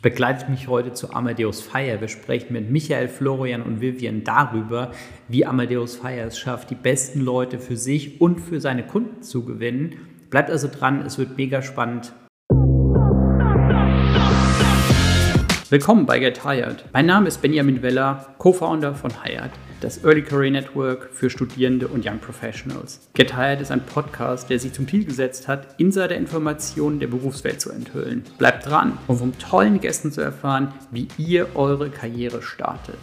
Begleitet mich heute zu Amadeus Fire. Wir sprechen mit Michael, Florian und Vivian darüber, wie Amadeus Fire es schafft, die besten Leute für sich und für seine Kunden zu gewinnen. Bleibt also dran, es wird mega spannend. Willkommen bei Get Hired. Mein Name ist Benjamin Weller, Co-Founder von Hired, das Early Career Network für Studierende und Young Professionals. Get Hired ist ein Podcast, der sich zum Ziel gesetzt hat, Insider-Informationen der Berufswelt zu enthüllen. Bleibt dran, um von tollen Gästen zu erfahren, wie ihr eure Karriere startet.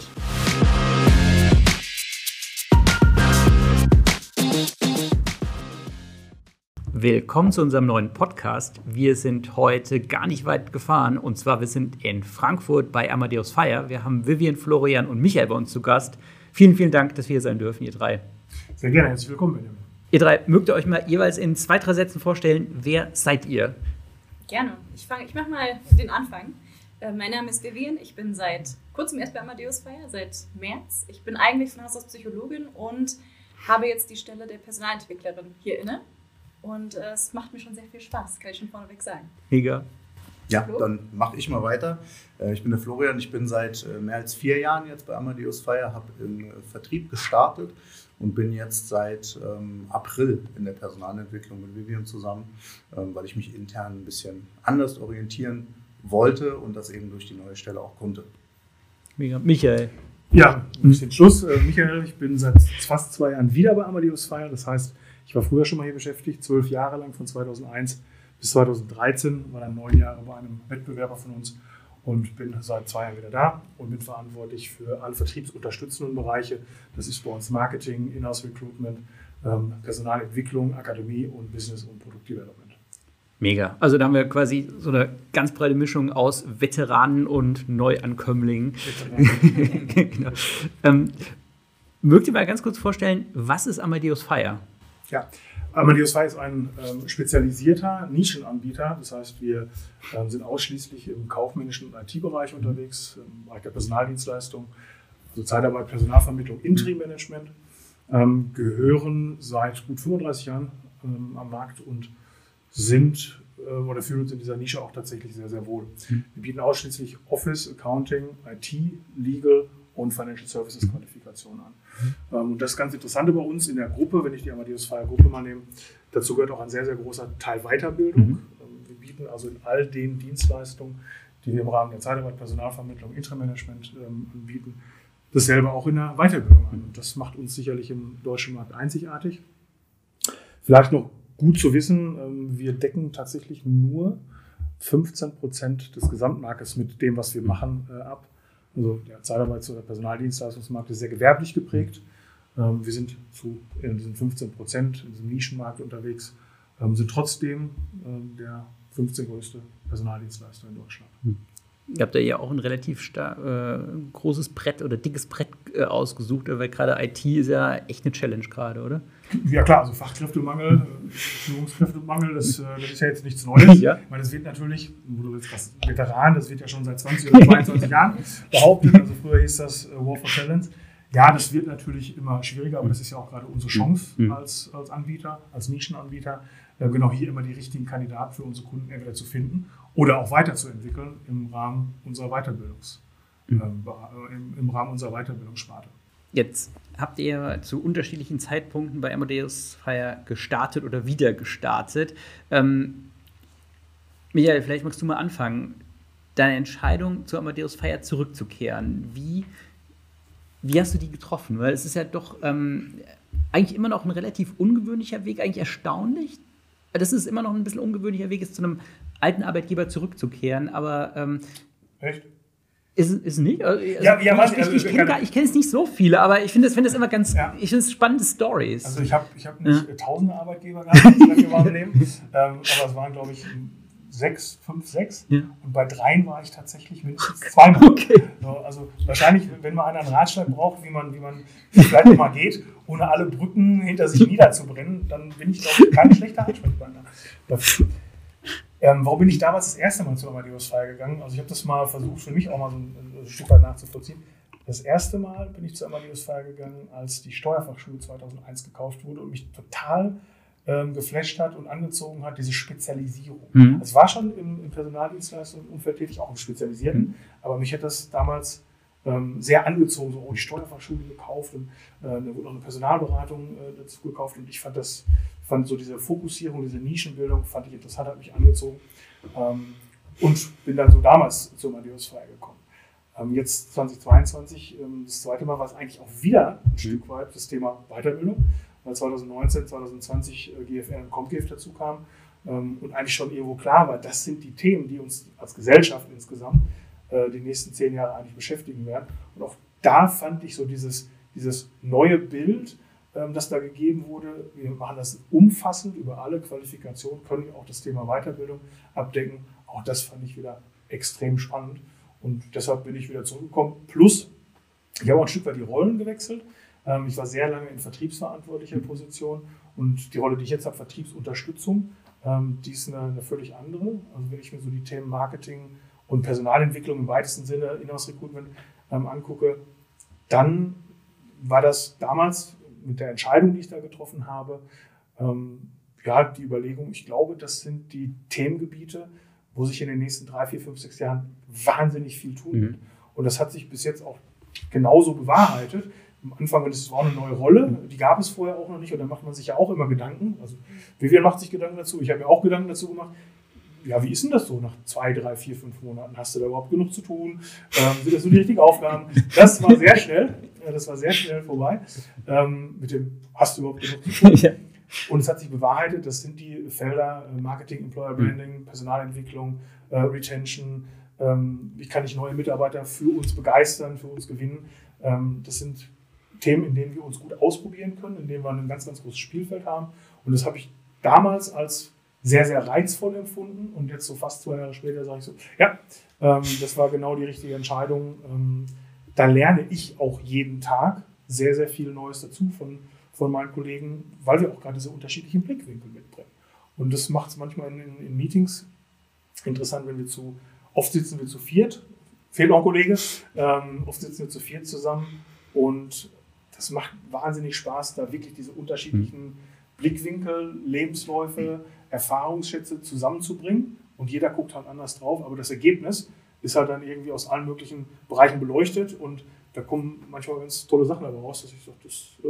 Willkommen zu unserem neuen Podcast. Wir sind heute gar nicht weit gefahren und zwar wir sind in Frankfurt bei Amadeus Fire. Wir haben Vivian, Florian und Michael bei uns zu Gast. Vielen, vielen Dank, dass wir hier sein dürfen, ihr drei. Sehr gerne, herzlich willkommen, Benjamin. Ihr drei, mögt ihr euch mal jeweils in 2-3 Sätzen vorstellen, wer seid ihr? Gerne. Ich mache mal den Anfang. Mein Name ist Vivian, ich bin seit kurzem erst bei Amadeus Fire, seit März. Ich bin eigentlich von Haus aus Psychologin und habe jetzt die Stelle der Personalentwicklerin hier inne. Und es macht mir schon sehr viel Spaß, kann ich schon vorneweg sagen. Mega. Ja, dann mache ich mal weiter. Ich bin der Florian, ich bin seit mehr als 4 Jahren jetzt bei Amadeus Fire, habe im Vertrieb gestartet und bin jetzt seit April in der Personalentwicklung mit Vivian zusammen, weil ich mich intern ein bisschen anders orientieren wollte und das eben durch die neue Stelle auch konnte. Mega. Michael. Ja, ein bisschen Schluss. Michael, ich bin seit fast 2 Jahren wieder bei Amadeus Fire, das heißt, ich war früher schon mal hier beschäftigt, 12 Jahre lang, von 2001 bis 2013, war dann 9 Jahre bei einem Wettbewerber von uns und bin seit 2 Jahren wieder da und bin verantwortlich für alle vertriebsunterstützenden Bereiche. Das ist bei uns Marketing, Inhouse Recruitment, Personalentwicklung, Akademie und Business und Product Development. Mega. Also da haben wir quasi so eine ganz breite Mischung aus Veteranen und Neuankömmlingen. Genau. Mögt ihr mal ganz kurz vorstellen, was ist Amadeus Fire? Ja, Amadeus Fire ist ein spezialisierter Nischenanbieter. Das heißt, wir sind ausschließlich im kaufmännischen und IT-Bereich unterwegs, im Bereich der Personaldienstleistung, also Zeitarbeit, Personalvermittlung, Interim-Management, gehören seit gut 35 Jahren am Markt und sind oder fühlen uns in dieser Nische auch tatsächlich sehr, sehr wohl. Wir bieten ausschließlich Office, Accounting, IT, Legal und Financial Services Qualifikationen an. Und das ist ganz Interessante bei uns in der Gruppe, wenn ich die Amadeus Fire Gruppe mal nehme, dazu gehört auch ein sehr, sehr großer Teil Weiterbildung. Wir bieten also in all den Dienstleistungen, die wir im Rahmen der Zeitarbeit, Personalvermittlung, Interim-Management anbieten, dasselbe auch in der Weiterbildung an. Und das macht uns sicherlich im deutschen Markt einzigartig. Vielleicht noch gut zu wissen, wir decken tatsächlich nur 15% des Gesamtmarktes mit dem, was wir machen, ab. Also der Zeitarbeits- oder Personaldienstleistungsmarkt ist sehr gewerblich geprägt. Wir sind in diesen 15% in diesem Nischenmarkt unterwegs, sind trotzdem der 15 größte Personaldienstleister in Deutschland. Ihr habt ja auch ein relativ großes Brett oder dickes Brett ausgesucht, weil gerade IT ist ja echt eine Challenge gerade, oder? Ja klar, also Fachkräftemangel, Führungskräftemangel, das ist ja jetzt nichts Neues. Ja. Ich meine, das wird natürlich, wo du jetzt was Veteran, das wird ja schon seit 20 oder 22 Jahren behauptet, also früher hieß das War for Talent. Ja, das wird natürlich immer schwieriger, aber das ist ja auch gerade unsere Chance als Anbieter, als Nischenanbieter, genau hier immer die richtigen Kandidaten für unsere Kunden entweder zu finden oder auch weiterzuentwickeln im Rahmen unserer Weiterbildungssparte. Jetzt habt ihr zu unterschiedlichen Zeitpunkten bei Amadeus Fire gestartet oder wieder gestartet. Michael, vielleicht magst du mal anfangen, deine Entscheidung zu Amadeus Fire zurückzukehren. Wie hast du die getroffen? Weil es ist ja doch eigentlich immer noch ein relativ ungewöhnlicher Weg, eigentlich erstaunlich. Das ist immer noch ein bisschen ungewöhnlicher Weg, ist zu einem alten Arbeitgeber zurückzukehren, aber Echt? Ist nicht? Also, ich kenne es nicht so viele, aber ich finde es immer ganz, ich finde es spannende Stories. Also ich hab nicht tausende Arbeitgeber gehabt, die wir mal nehmen, aber es waren, glaube ich, 6. Ja. Und bei 3 war ich tatsächlich mindestens 2-mal. Okay. Also wahrscheinlich, wenn mal einer einen Ratschlag braucht, wie man vielleicht mal geht, ohne alle Brücken hinter sich niederzubrennen, dann bin ich, glaube ich, kein schlechter Ansprechpartner dafür. Warum bin ich damals das erste Mal zu Amadeus Fire gegangen? Also ich habe das mal versucht, für mich auch mal so ein Stück weit nachzuvollziehen. Das erste Mal bin ich zu Amadeus Fire gegangen, als die Steuerfachschule 2001 gekauft wurde und mich total geflasht hat und angezogen hat, diese Spezialisierung. Mhm. Es war schon im Personaldienstleistungsumfeld tätig, auch im Spezialisierten, aber mich hat das damals sehr angezogen, so die Steuerfachschule gekauft und da wurde auch eine Personalberatung dazu gekauft und ich fand so diese Fokussierung, diese Nischenbildung, fand ich interessant, hat mich angezogen und bin dann so damals zur Amadeus Fire gekommen. Jetzt 2022, das zweite Mal, war es eigentlich auch wieder ein Stück weit das Thema Weiterbildung, weil 2019, 2020 GFR und ComGF dazu kam und eigentlich schon irgendwo klar war, das sind die Themen, die uns als Gesellschaft insgesamt die nächsten 10 Jahre eigentlich beschäftigen werden. Und auch da fand ich so dieses neue Bild, das da gegeben wurde. Wir machen das umfassend über alle Qualifikationen, können auch das Thema Weiterbildung abdecken. Auch das fand ich wieder extrem spannend. Und deshalb bin ich wieder zurückgekommen. Plus, ich habe auch ein Stück weit die Rollen gewechselt. Ich war sehr lange in vertriebsverantwortlicher Position und die Rolle, die ich jetzt habe, Vertriebsunterstützung, die ist eine völlig andere. Also wenn ich mir so die Themen Marketing und Personalentwicklung im weitesten Sinne, Inhouse Recruitment angucke, dann war das damals mit der Entscheidung, die ich da getroffen habe, die Überlegung, ich glaube, das sind die Themengebiete, wo sich in den nächsten 3, 4, 5, 6 Jahren wahnsinnig viel tun wird. Und das hat sich bis jetzt auch genauso bewahrheitet. Am Anfang ist es auch eine neue Rolle, die gab es vorher auch noch nicht und da macht man sich ja auch immer Gedanken. Also Vivian macht sich Gedanken dazu, ich habe mir auch Gedanken dazu gemacht. Ja, wie ist denn das so nach 2, 3, 4, 5 Monaten? Hast du da überhaupt genug zu tun? Sind das so die richtigen Aufgaben? Das war sehr schnell vorbei. Mit dem, hast du überhaupt genug zu tun? Ja. Und es hat sich bewahrheitet, das sind die Felder Marketing, Employer Branding, Personalentwicklung, Retention, wie kann ich neue Mitarbeiter für uns begeistern, für uns gewinnen. Das sind Themen, in denen wir uns gut ausprobieren können, in denen wir ein ganz, ganz großes Spielfeld haben. Und das habe ich damals als sehr, sehr reizvoll empfunden. Und jetzt so fast 2 Jahre später sage ich so, ja, das war genau die richtige Entscheidung. Da lerne ich auch jeden Tag sehr, sehr viel Neues dazu von meinen Kollegen, weil wir auch gerade diese unterschiedlichen Blickwinkel mitbringen. Und das macht es manchmal in Meetings interessant, wenn oft sitzen wir zu viert, fehlt noch ein Kollege, oft sitzen wir zu viert zusammen und das macht wahnsinnig Spaß, da wirklich diese unterschiedlichen Blickwinkel, Lebensläufe, Erfahrungsschätze zusammenzubringen und jeder guckt halt anders drauf, aber das Ergebnis ist halt dann irgendwie aus allen möglichen Bereichen beleuchtet und da kommen manchmal ganz tolle Sachen dabei raus, dass ich sage,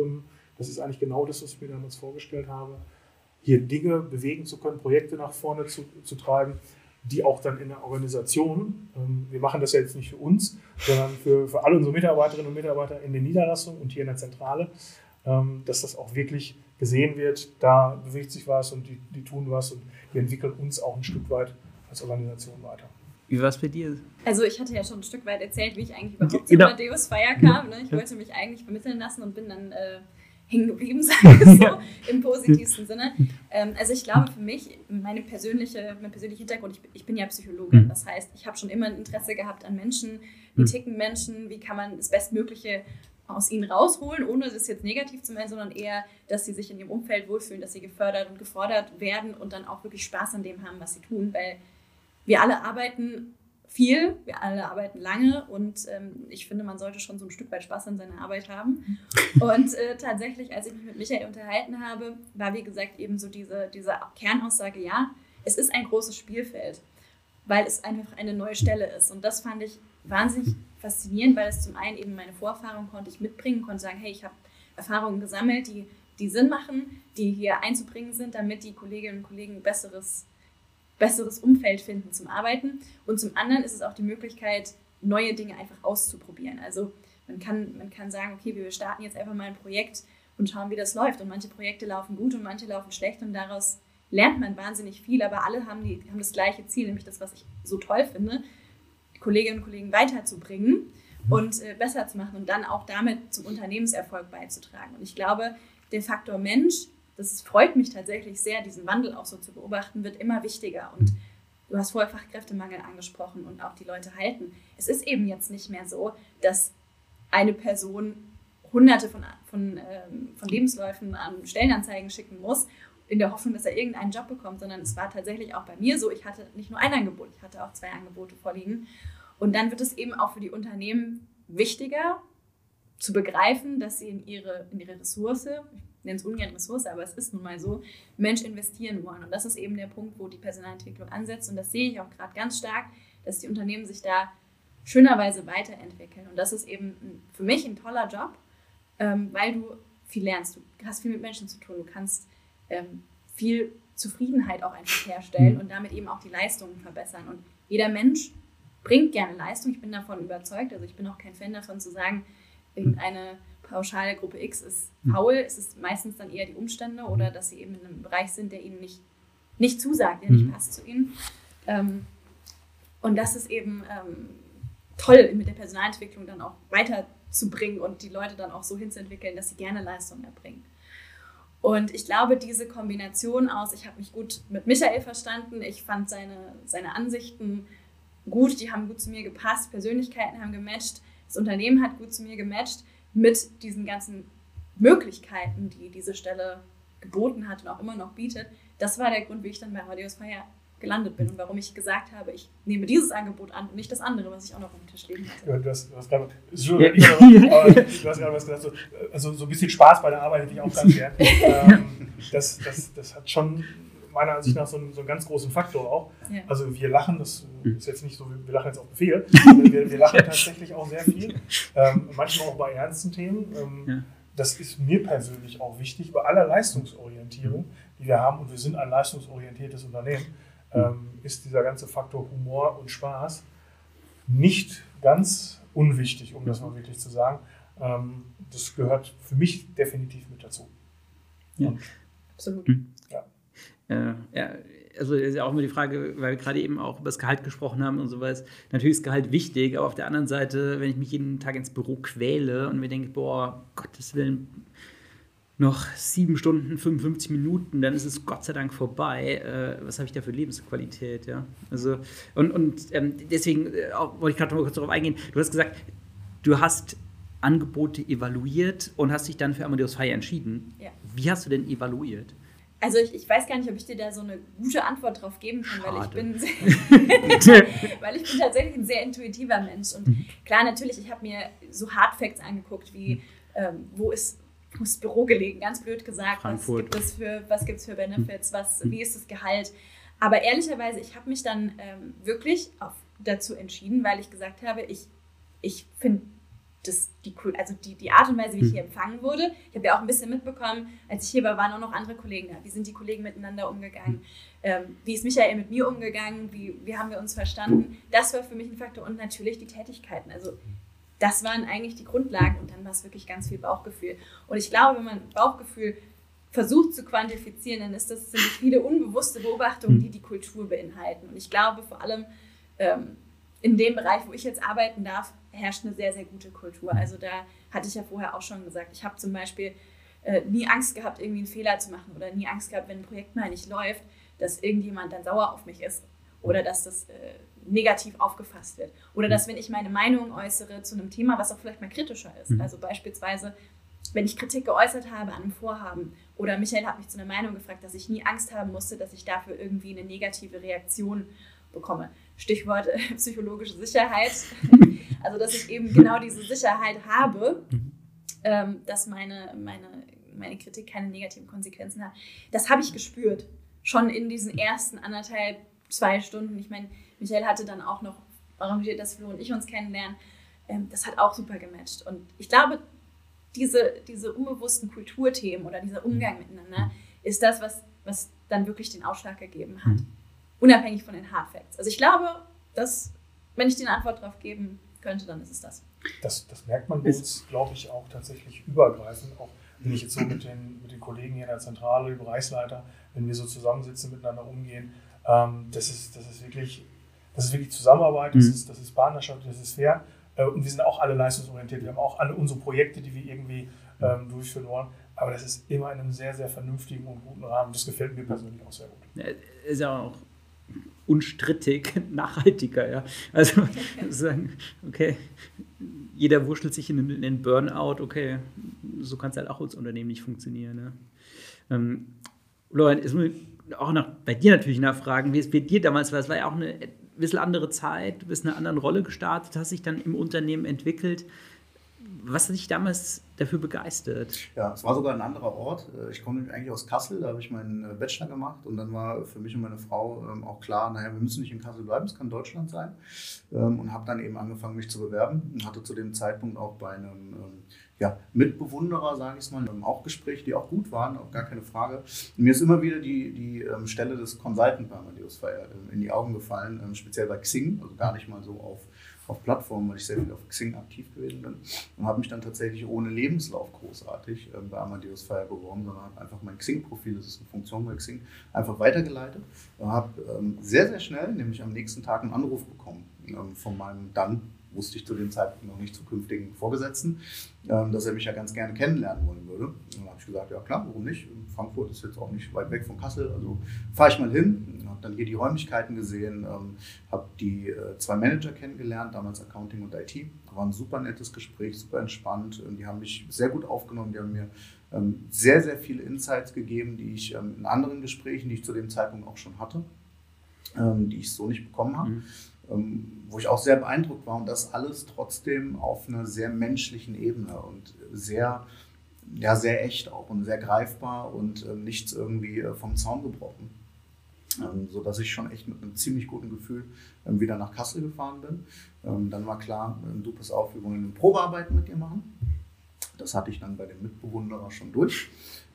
das ist eigentlich genau das, was ich mir damals vorgestellt habe, hier Dinge bewegen zu können, Projekte nach vorne zu treiben, die auch dann in der Organisation, wir machen das ja jetzt nicht für uns, sondern für alle unsere Mitarbeiterinnen und Mitarbeiter in den Niederlassungen und hier in der Zentrale, dass das auch wirklich gesehen wird, da bewegt sich was und die tun was und die entwickeln uns auch ein Stück weit als Organisation weiter. Wie war es bei dir? Also ich hatte ja schon ein Stück weit erzählt, wie ich eigentlich überhaupt zu Amadeus Fire kam. Ne? Ich wollte mich eigentlich vermitteln lassen und bin dann hängen geblieben, sage ich so, im positivsten Sinne. Also ich glaube für mich, mein persönlicher Hintergrund, ich bin ja Psychologin, das heißt, ich habe schon immer ein Interesse gehabt an Menschen, wie ticken Menschen, wie kann man das Bestmögliche aus ihnen rausholen, ohne das jetzt negativ zu meinen, sondern eher, dass sie sich in ihrem Umfeld wohlfühlen, dass sie gefördert und gefordert werden und dann auch wirklich Spaß an dem haben, was sie tun, weil wir alle arbeiten viel, wir alle arbeiten lange und ich finde, man sollte schon so ein Stück weit Spaß an seiner Arbeit haben. Und tatsächlich, als ich mich mit Michael unterhalten habe, war wie gesagt eben so diese Kernaussage, ja, es ist ein großes Spielfeld, weil es einfach eine neue Stelle ist. Und das fand ich wahnsinnig faszinierend, weil es zum einen eben meine Vorerfahrung konnte ich mitbringen, konnte sagen, hey, ich habe Erfahrungen gesammelt, die Sinn machen, die hier einzubringen sind, damit die Kolleginnen und Kollegen ein besseres Umfeld finden zum Arbeiten. Und zum anderen ist es auch die Möglichkeit, neue Dinge einfach auszuprobieren. Also man kann sagen, okay, wir starten jetzt einfach mal ein Projekt und schauen, wie das läuft. Und manche Projekte laufen gut und manche laufen schlecht und daraus lernt man wahnsinnig viel, aber alle haben das gleiche Ziel, nämlich das, was ich so toll finde, die Kolleginnen und Kollegen weiterzubringen und besser zu machen und dann auch damit zum Unternehmenserfolg beizutragen. Und ich glaube, der Faktor Mensch, das freut mich tatsächlich sehr, diesen Wandel auch so zu beobachten, wird immer wichtiger. Und du hast vorher Fachkräftemangel angesprochen und auch die Leute halten. Es ist eben jetzt nicht mehr so, dass eine Person hunderte von Lebensläufen an Stellenanzeigen schicken muss, in der Hoffnung, dass er irgendeinen Job bekommt, sondern es war tatsächlich auch bei mir so, ich hatte nicht nur ein Angebot, ich hatte auch 2 Angebote vorliegen. Und dann wird es eben auch für die Unternehmen wichtiger, zu begreifen, dass sie in ihre Ressource, ich nenne es ungern Ressource, aber es ist nun mal so, Mensch investieren wollen. Und das ist eben der Punkt, wo die Personalentwicklung ansetzt. Und das sehe ich auch gerade ganz stark, dass die Unternehmen sich da schönerweise weiterentwickeln. Und das ist eben für mich ein toller Job, weil du viel lernst. Du hast viel mit Menschen zu tun. Du kannst viel Zufriedenheit auch einfach herstellen und damit eben auch die Leistungen verbessern. Und jeder Mensch bringt gerne Leistung. Ich bin davon überzeugt. Also ich bin auch kein Fan davon zu sagen, irgendeine pauschale Gruppe X ist faul. Es ist meistens dann eher die Umstände oder dass sie eben in einem Bereich sind, der ihnen nicht zusagt, der nicht passt zu ihnen. Und das ist eben toll, mit der Personalentwicklung dann auch weiterzubringen und die Leute dann auch so hinzuentwickeln, dass sie gerne Leistung erbringen. Und ich glaube, diese Kombination aus, ich habe mich gut mit Michael verstanden, ich fand seine Ansichten gut, die haben gut zu mir gepasst, Persönlichkeiten haben gematcht, das Unternehmen hat gut zu mir gematcht, mit diesen ganzen Möglichkeiten, die diese Stelle geboten hat und auch immer noch bietet. Das war der Grund, wie ich dann bei Amadeus Fire gelandet bin und warum ich gesagt habe, ich nehme dieses Angebot an und nicht das andere, was ich auch noch auf dem Tisch liegen hatte. Ja, du hast gerade was gesagt, so ein bisschen Spaß bei der Arbeit hätte ich auch ganz gern. Das hat schon meiner Ansicht nach so einen ganz großen Faktor auch. Ja. Also wir lachen, das ist jetzt nicht so, wir lachen jetzt auf Befehl, wir lachen tatsächlich auch sehr viel, manchmal auch bei ernsten Themen. Das ist mir persönlich auch wichtig, bei aller Leistungsorientierung, die wir haben, und wir sind ein leistungsorientiertes Unternehmen, ist dieser ganze Faktor Humor und Spaß nicht ganz unwichtig, um das mal wirklich zu sagen. Das gehört für mich definitiv mit dazu. Ja, absolut. Also ist ja auch immer die Frage, weil wir gerade eben auch über das Gehalt gesprochen haben und sowas. Natürlich ist Gehalt wichtig, aber auf der anderen Seite, wenn ich mich jeden Tag ins Büro quäle und mir denke, boah, Gottes Willen, noch 7 Stunden, 55 Minuten, dann ist es Gott sei Dank vorbei. Was habe ich da für Lebensqualität? Ja? Also, und deswegen wollte ich gerade noch mal kurz darauf eingehen. Du hast gesagt, du hast Angebote evaluiert und hast dich dann für Amadeus Fire entschieden. Ja. Wie hast du denn evaluiert? Also ich weiß gar nicht, ob ich dir da so eine gute Antwort drauf geben kann, weil ich bin tatsächlich ein sehr intuitiver Mensch. Und klar, natürlich, ich habe mir so Hardfacts angeguckt, wie wo ist das Büro gelegen, ganz blöd gesagt, Frankfurt. was gibt es für Benefits, wie ist das Gehalt. Aber ehrlicherweise, ich habe mich dann wirklich dazu entschieden, weil ich gesagt habe, ich finde die Art und Weise, wie ich hier empfangen wurde. Ich habe ja auch ein bisschen mitbekommen, als ich hier war, waren auch noch andere Kollegen da. Wie sind die Kollegen miteinander umgegangen? Wie ist Michael mit mir umgegangen? Wie haben wir uns verstanden? Das war für mich ein Faktor. Und natürlich die Tätigkeiten. Also das waren eigentlich die Grundlagen. Und dann war es wirklich ganz viel Bauchgefühl. Und ich glaube, wenn man Bauchgefühl versucht zu quantifizieren, dann sind das viele unbewusste Beobachtungen, die Kultur beinhalten. Und ich glaube, vor allem in dem Bereich, wo ich jetzt arbeiten darf, herrscht eine sehr, sehr gute Kultur. Also da hatte ich ja vorher auch schon gesagt, ich habe zum Beispiel nie Angst gehabt, irgendwie einen Fehler zu machen oder nie Angst gehabt, wenn ein Projekt mal nicht läuft, dass irgendjemand dann sauer auf mich ist oder dass das negativ aufgefasst wird. Oder dass, wenn ich meine Meinung äußere zu einem Thema, was auch vielleicht mal kritischer ist. Also beispielsweise, wenn ich Kritik geäußert habe an einem Vorhaben oder Michael hat mich zu einer Meinung gefragt, dass ich nie Angst haben musste, dass ich dafür irgendwie eine negative Reaktion bekomme. Stichwort psychologische Sicherheit. Also, dass ich eben genau diese Sicherheit habe, dass meine Kritik keine negativen Konsequenzen hat. Das habe ich gespürt. Schon in diesen ersten 1,5-2 Stunden. Ich meine, Michael hatte dann auch noch arrangiert, dass Flo und ich uns kennenlernen. Das hat auch super gematcht. Und ich glaube, diese unbewussten Kulturthemen oder dieser Umgang miteinander ist das, was dann wirklich den Ausschlag gegeben hat. Unabhängig von den Hard Facts. Also ich glaube, dass, wenn ich dir eine Antwort darauf geben könnte, dann ist es das. Das merkt man bei uns, glaube ich, auch tatsächlich übergreifend. Auch wenn ich jetzt so mit den Kollegen hier in der Zentrale, die Bereichsleiter, wenn wir so zusammensitzen, miteinander umgehen, das ist wirklich Zusammenarbeit, das ist Partnerschaft, das ist fair. Und wir sind auch alle leistungsorientiert. Wir haben auch alle unsere Projekte, die wir irgendwie durchführen wollen. Aber das ist immer in einem sehr, sehr vernünftigen und guten Rahmen. Das gefällt mir persönlich auch sehr gut. Ist ja auch unstrittig nachhaltiger, ja. Also sagen, okay, jeder wurschtelt sich in den Burnout, okay, so kann es halt auch als Unternehmen nicht funktionieren. Ne? Florian, ist mir auch noch bei dir natürlich nachfragen, wie es bei dir damals war. Es war ja auch eine bisschen andere Zeit, du bist in einer anderen Rolle gestartet, hast dich dann im Unternehmen entwickelt. Was hat dich damals dafür begeistert? Ja, es war sogar ein anderer Ort. Ich komme nämlich eigentlich aus Kassel, da habe ich meinen Bachelor gemacht und dann war für mich und meine Frau auch klar, naja, wir müssen nicht in Kassel bleiben, es kann Deutschland sein. Und habe dann eben angefangen, mich zu bewerben und hatte zu dem Zeitpunkt auch bei einem Mitbewunderer, sage ich es mal, auch Gespräche, die auch gut waren, auch gar keine Frage. Und mir ist immer wieder die Stelle des Consultant bei Amadeus Fire in die Augen gefallen, speziell bei Xing, also gar nicht mal so auf Plattformen, weil ich sehr viel auf Xing aktiv gewesen bin und habe mich dann tatsächlich ohne Lebenslauf großartig bei Amadeus Fire beworben, sondern habe einfach mein Xing-Profil, das ist eine Funktion bei Xing, einfach weitergeleitet und habe sehr, sehr schnell, nämlich am nächsten Tag, einen Anruf bekommen von meinem dann, wusste ich zu dem Zeitpunkt noch nicht, zukünftigen Vorgesetzten, dass er mich ja ganz gerne kennenlernen wollen würde. Und dann habe ich gesagt, ja klar, warum nicht? Frankfurt ist jetzt auch nicht weit weg von Kassel, also fahre ich mal hin. Habe dann hier die Räumlichkeiten gesehen, habe die 2 Manager kennengelernt, damals Accounting und IT. War ein super nettes Gespräch, super entspannt. Die haben mich sehr gut aufgenommen, die haben mir sehr, sehr viele Insights gegeben, die ich in anderen Gesprächen, die ich zu dem Zeitpunkt auch schon hatte, die ich so nicht bekommen habe. Wo ich auch sehr beeindruckt war und das alles trotzdem auf einer sehr menschlichen Ebene und sehr echt auch und sehr greifbar und nichts irgendwie vom Zaun gebrochen. Sodass ich schon echt mit einem ziemlich guten Gefühl wieder nach Kassel gefahren bin. Dann war klar, du pass auf, wir wollen eine Probearbeit mit dir machen. Das hatte ich dann bei dem Mitbewunderer schon durch.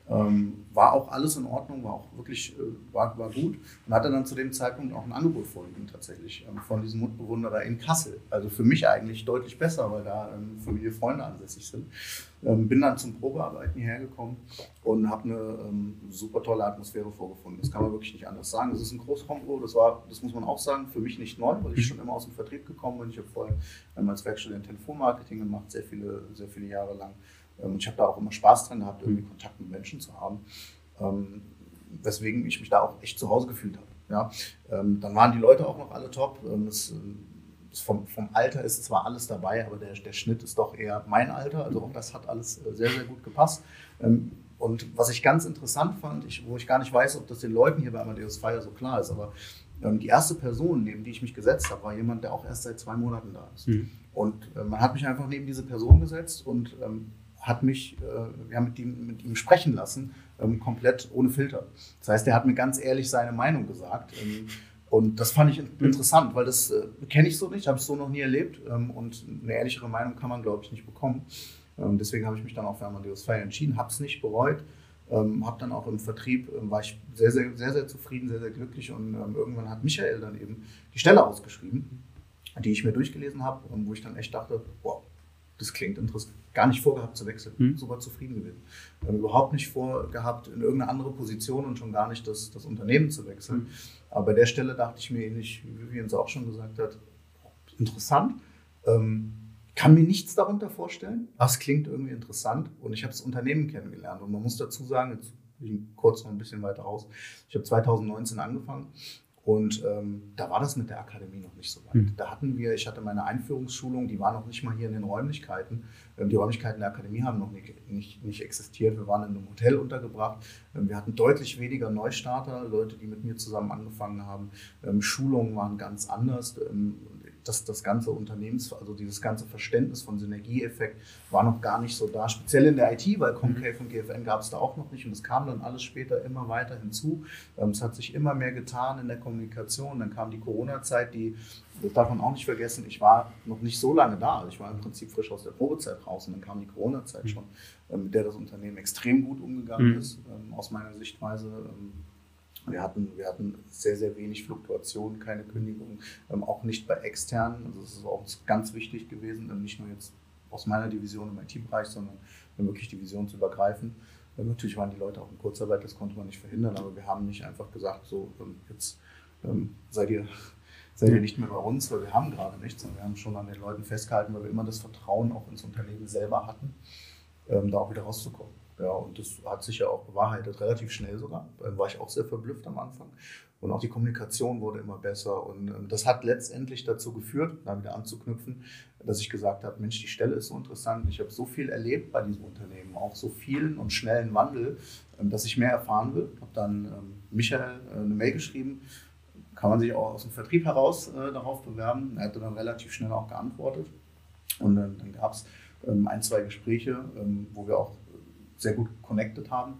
War auch alles in Ordnung, war auch wirklich war gut und hatte dann zu dem Zeitpunkt auch ein Angebot vorliegen tatsächlich von diesem Mitbewunderer in Kassel. Also für mich eigentlich deutlich besser, weil da Familie, Freunde ansässig sind. Bin dann zum Probearbeiten hierher gekommen und habe eine super tolle Atmosphäre vorgefunden. Das kann man wirklich nicht anders sagen. Das ist ein Großraumbüro, das muss man auch sagen, für mich nicht neu, weil ich schon immer aus dem Vertrieb gekommen bin. Ich habe vorher als Werkstudent Telefonmarketing gemacht, sehr viele Jahre lang. Und ich habe da auch immer Spaß dran gehabt, irgendwie Kontakt mit Menschen zu haben, weswegen ich mich da auch echt zu Hause gefühlt habe. Ja? Dann waren die Leute auch noch alle top. Vom Alter ist zwar alles dabei, aber der Schnitt ist doch eher mein Alter. Also auch das hat alles sehr, sehr gut gepasst. Und was ich ganz interessant fand, wo ich gar nicht weiß, ob das den Leuten hier bei Amadeus Fire so klar ist, aber die erste Person, neben die ich mich gesetzt habe, war jemand, der auch erst seit 2 Monaten da ist. Und man hat mich einfach neben diese Person gesetzt und wir haben mit ihm sprechen lassen, komplett ohne Filter. Das heißt, er hat mir ganz ehrlich seine Meinung gesagt. Und das fand ich interessant, weil das kenne ich so nicht, habe ich so noch nie erlebt. Und eine ehrlichere Meinung kann man, glaube ich, nicht bekommen. Deswegen habe ich mich dann auch für Amadeus Fire entschieden, habe es nicht bereut. Habe dann auch im Vertrieb, war ich sehr, sehr, sehr, sehr zufrieden, sehr, sehr glücklich. Und irgendwann hat Michael dann eben die Stelle ausgeschrieben, die ich mir durchgelesen habe und wo ich dann echt dachte, wow, das klingt interessant. Gar nicht vorgehabt zu wechseln, super zufrieden gewesen. Überhaupt nicht vorgehabt, in irgendeine andere Position und schon gar nicht das Unternehmen zu wechseln. Aber bei der Stelle dachte ich mir ähnlich, wie Vivian es auch schon gesagt hat, interessant. Kann mir nichts darunter vorstellen, aber es klingt irgendwie interessant und ich habe das Unternehmen kennengelernt. Und man muss dazu sagen, jetzt bin ich kurz noch ein bisschen weiter raus, ich habe 2019 angefangen. Und da war das mit der Akademie noch nicht so weit. Ich hatte meine Einführungsschulung, die war noch nicht mal hier in den Räumlichkeiten. Die Räumlichkeiten der Akademie haben noch nicht existiert. Wir waren in einem Hotel untergebracht. Wir hatten deutlich weniger Neustarter, Leute, die mit mir zusammen angefangen haben. Schulungen waren ganz anders. Das ganze also dieses ganze Verständnis von Synergieeffekt war noch gar nicht so da, speziell in der IT, weil Concave und GFN gab es da auch noch nicht und es kam dann alles später immer weiter hinzu. Es hat sich immer mehr getan in der Kommunikation, dann kam die Corona-Zeit, das darf man auch nicht vergessen, ich war noch nicht so lange da, also ich war im Prinzip frisch aus der Probezeit raus und dann kam die Corona-Zeit schon, mit der das Unternehmen extrem gut umgegangen ist, aus meiner Sichtweise. Wir hatten sehr, sehr wenig Fluktuation, keine Kündigungen, auch nicht bei externen. Also das ist auch ganz wichtig gewesen, nicht nur jetzt aus meiner Division im IT-Bereich, sondern wirklich divisionsübergreifend. Natürlich waren die Leute auch in Kurzarbeit, das konnte man nicht verhindern, aber wir haben nicht einfach gesagt, so jetzt seid ihr nicht mehr bei uns, weil wir haben gerade nichts, sondern wir haben schon an den Leuten festgehalten, weil wir immer das Vertrauen auch ins Unternehmen selber hatten, da auch wieder rauszukommen. Ja, und das hat sich ja auch bewahrheitet, relativ schnell sogar. Da war ich auch sehr verblüfft am Anfang. Und auch die Kommunikation wurde immer besser. Und das hat letztendlich dazu geführt, da wieder anzuknüpfen, dass ich gesagt habe, Mensch, die Stelle ist so interessant. Ich habe so viel erlebt bei diesem Unternehmen, auch so vielen und schnellen Wandel, dass ich mehr erfahren will. Ich habe dann Michael eine Mail geschrieben, kann man sich auch aus dem Vertrieb heraus darauf bewerben. Er hatte dann relativ schnell auch geantwortet. Und dann gab es ein, 2 Gespräche, wo wir auch sehr gut connected haben.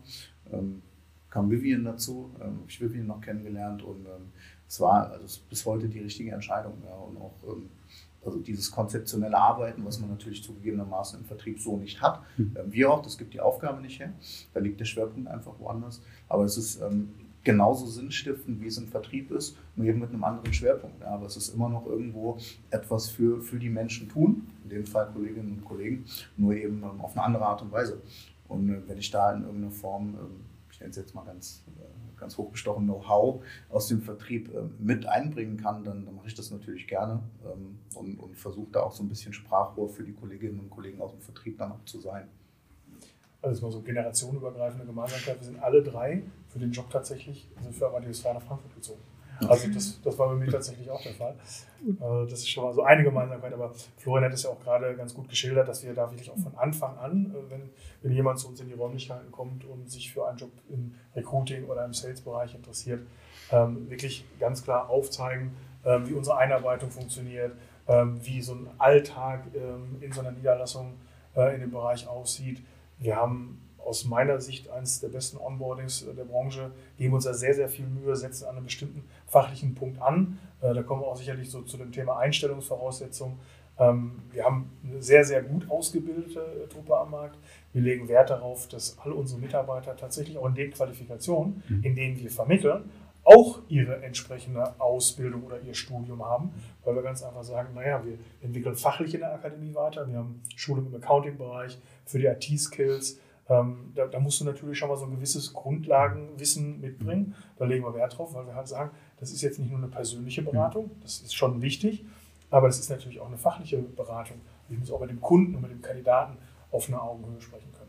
Kam Vivian dazu, habe ich Vivian noch kennengelernt und es war also bis heute die richtige Entscheidung. Ja, und auch also dieses konzeptionelle Arbeiten, was man natürlich zugegebenermaßen im Vertrieb so nicht hat. Wir auch, das gibt die Aufgabe nicht her. Da liegt der Schwerpunkt einfach woanders. Aber es ist genauso sinnstiftend, wie es im Vertrieb ist, nur eben mit einem anderen Schwerpunkt. Ja, aber es ist immer noch irgendwo etwas für die Menschen tun, in dem Fall Kolleginnen und Kollegen, nur eben auf eine andere Art und Weise. Und wenn ich da in irgendeiner Form, ich nenne es jetzt mal ganz hochgestochen, Know-how aus dem Vertrieb mit einbringen kann, dann mache ich das natürlich gerne und versuche da auch so ein bisschen Sprachrohr für die Kolleginnen und Kollegen aus dem Vertrieb dann auch zu sein. Also das ist mal so generationenübergreifende Gemeinsamkeit. Wir sind alle 3 für den Job tatsächlich, sind für Amadeus FiRe nach Frankfurt gezogen. Also das war bei mir tatsächlich auch der Fall. Das ist schon mal so eine Gemeinsamkeit, aber Florian hat es ja auch gerade ganz gut geschildert, dass wir da wirklich auch von Anfang an, wenn jemand zu uns in die Räumlichkeiten kommt und sich für einen Job im Recruiting oder im Sales-Bereich interessiert, wirklich ganz klar aufzeigen, wie unsere Einarbeitung funktioniert, wie so ein Alltag in so einer Niederlassung in dem Bereich aussieht. Wir haben aus meiner Sicht eines der besten Onboardings der Branche, geben uns da sehr, sehr viel Mühe, setzen an einem bestimmten fachlichen Punkt an. Da kommen wir auch sicherlich so zu dem Thema Einstellungsvoraussetzungen. Wir haben eine sehr, sehr gut ausgebildete Truppe am Markt. Wir legen Wert darauf, dass alle unsere Mitarbeiter tatsächlich auch in den Qualifikationen, in denen wir vermitteln, auch ihre entsprechende Ausbildung oder ihr Studium haben, weil wir ganz einfach sagen, naja, wir entwickeln fachlich in der Akademie weiter, wir haben Schulung im Accounting-Bereich für die IT-Skills. Da musst du natürlich schon mal so ein gewisses Grundlagenwissen mitbringen. Da legen wir Wert drauf, weil wir halt sagen, das ist jetzt nicht nur eine persönliche Beratung, das ist schon wichtig, aber das ist natürlich auch eine fachliche Beratung. Ich muss auch mit dem Kunden und mit dem Kandidaten auf einer Augenhöhe sprechen können.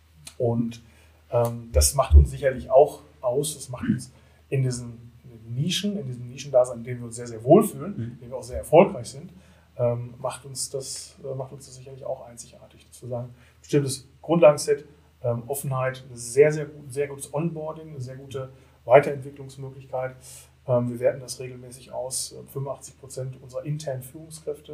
Und das macht uns sicherlich auch aus, das macht uns in diesen Nischendasein, in denen wir uns sehr, sehr wohlfühlen, in denen wir auch sehr erfolgreich sind, macht uns das sicherlich auch einzigartig. Dass wir sagen, bestimmtes Grundlagenset, Offenheit, sehr gutes Onboarding, eine sehr gute Weiterentwicklungsmöglichkeit. Wir werten das regelmäßig aus. 85% unserer internen Führungskräfte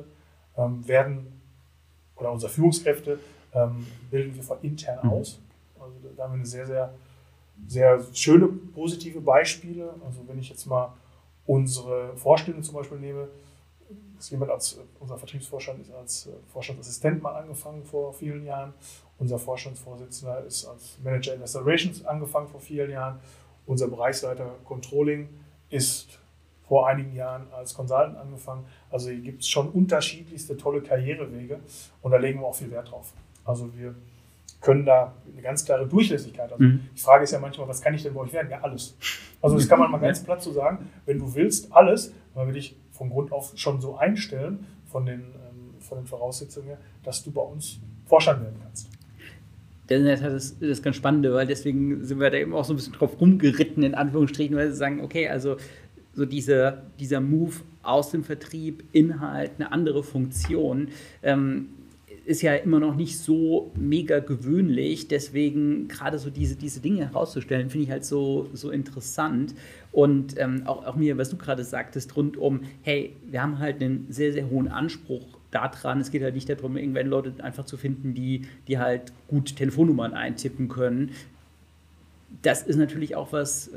unserer Führungskräfte bilden wir von intern aus. Also da haben wir eine sehr, sehr, sehr schöne positive Beispiele. Also wenn ich jetzt mal unsere Vorstände zum Beispiel nehme, unser Vertriebsvorstand ist als Vorstandsassistent mal angefangen vor vielen Jahren. Unser Vorstandsvorsitzender ist als Manager Investor Relations angefangen vor vielen Jahren. Unser Bereichsleiter Controlling ist vor einigen Jahren als Consultant angefangen. Also hier gibt es schon unterschiedlichste tolle Karrierewege und da legen wir auch viel Wert drauf. Also wir können da eine ganz klare Durchlässigkeit. Also die Frage ist ja manchmal, was kann ich denn bei euch werden? Ja, alles. Also das kann man mal ganz platt so sagen. Wenn du willst, alles, weil wir dich von Grund auf schon so einstellen, von den Voraussetzungen her, dass du bei uns Vorstand werden kannst. Das ist ganz Spannende, weil deswegen sind wir da eben auch so ein bisschen drauf rumgeritten, in Anführungsstrichen, weil sie sagen, okay, also so dieser Move aus dem Vertrieb, Inhalt, eine andere Funktion, ist ja immer noch nicht so mega gewöhnlich, deswegen gerade so diese Dinge herauszustellen, finde ich halt so interessant und auch mir, was du gerade sagtest, rundum, hey, wir haben halt einen sehr, sehr hohen Anspruch daran, es geht halt nicht darum, irgendwelche Leute einfach zu finden, die halt gut Telefonnummern eintippen können. Das ist natürlich auch was,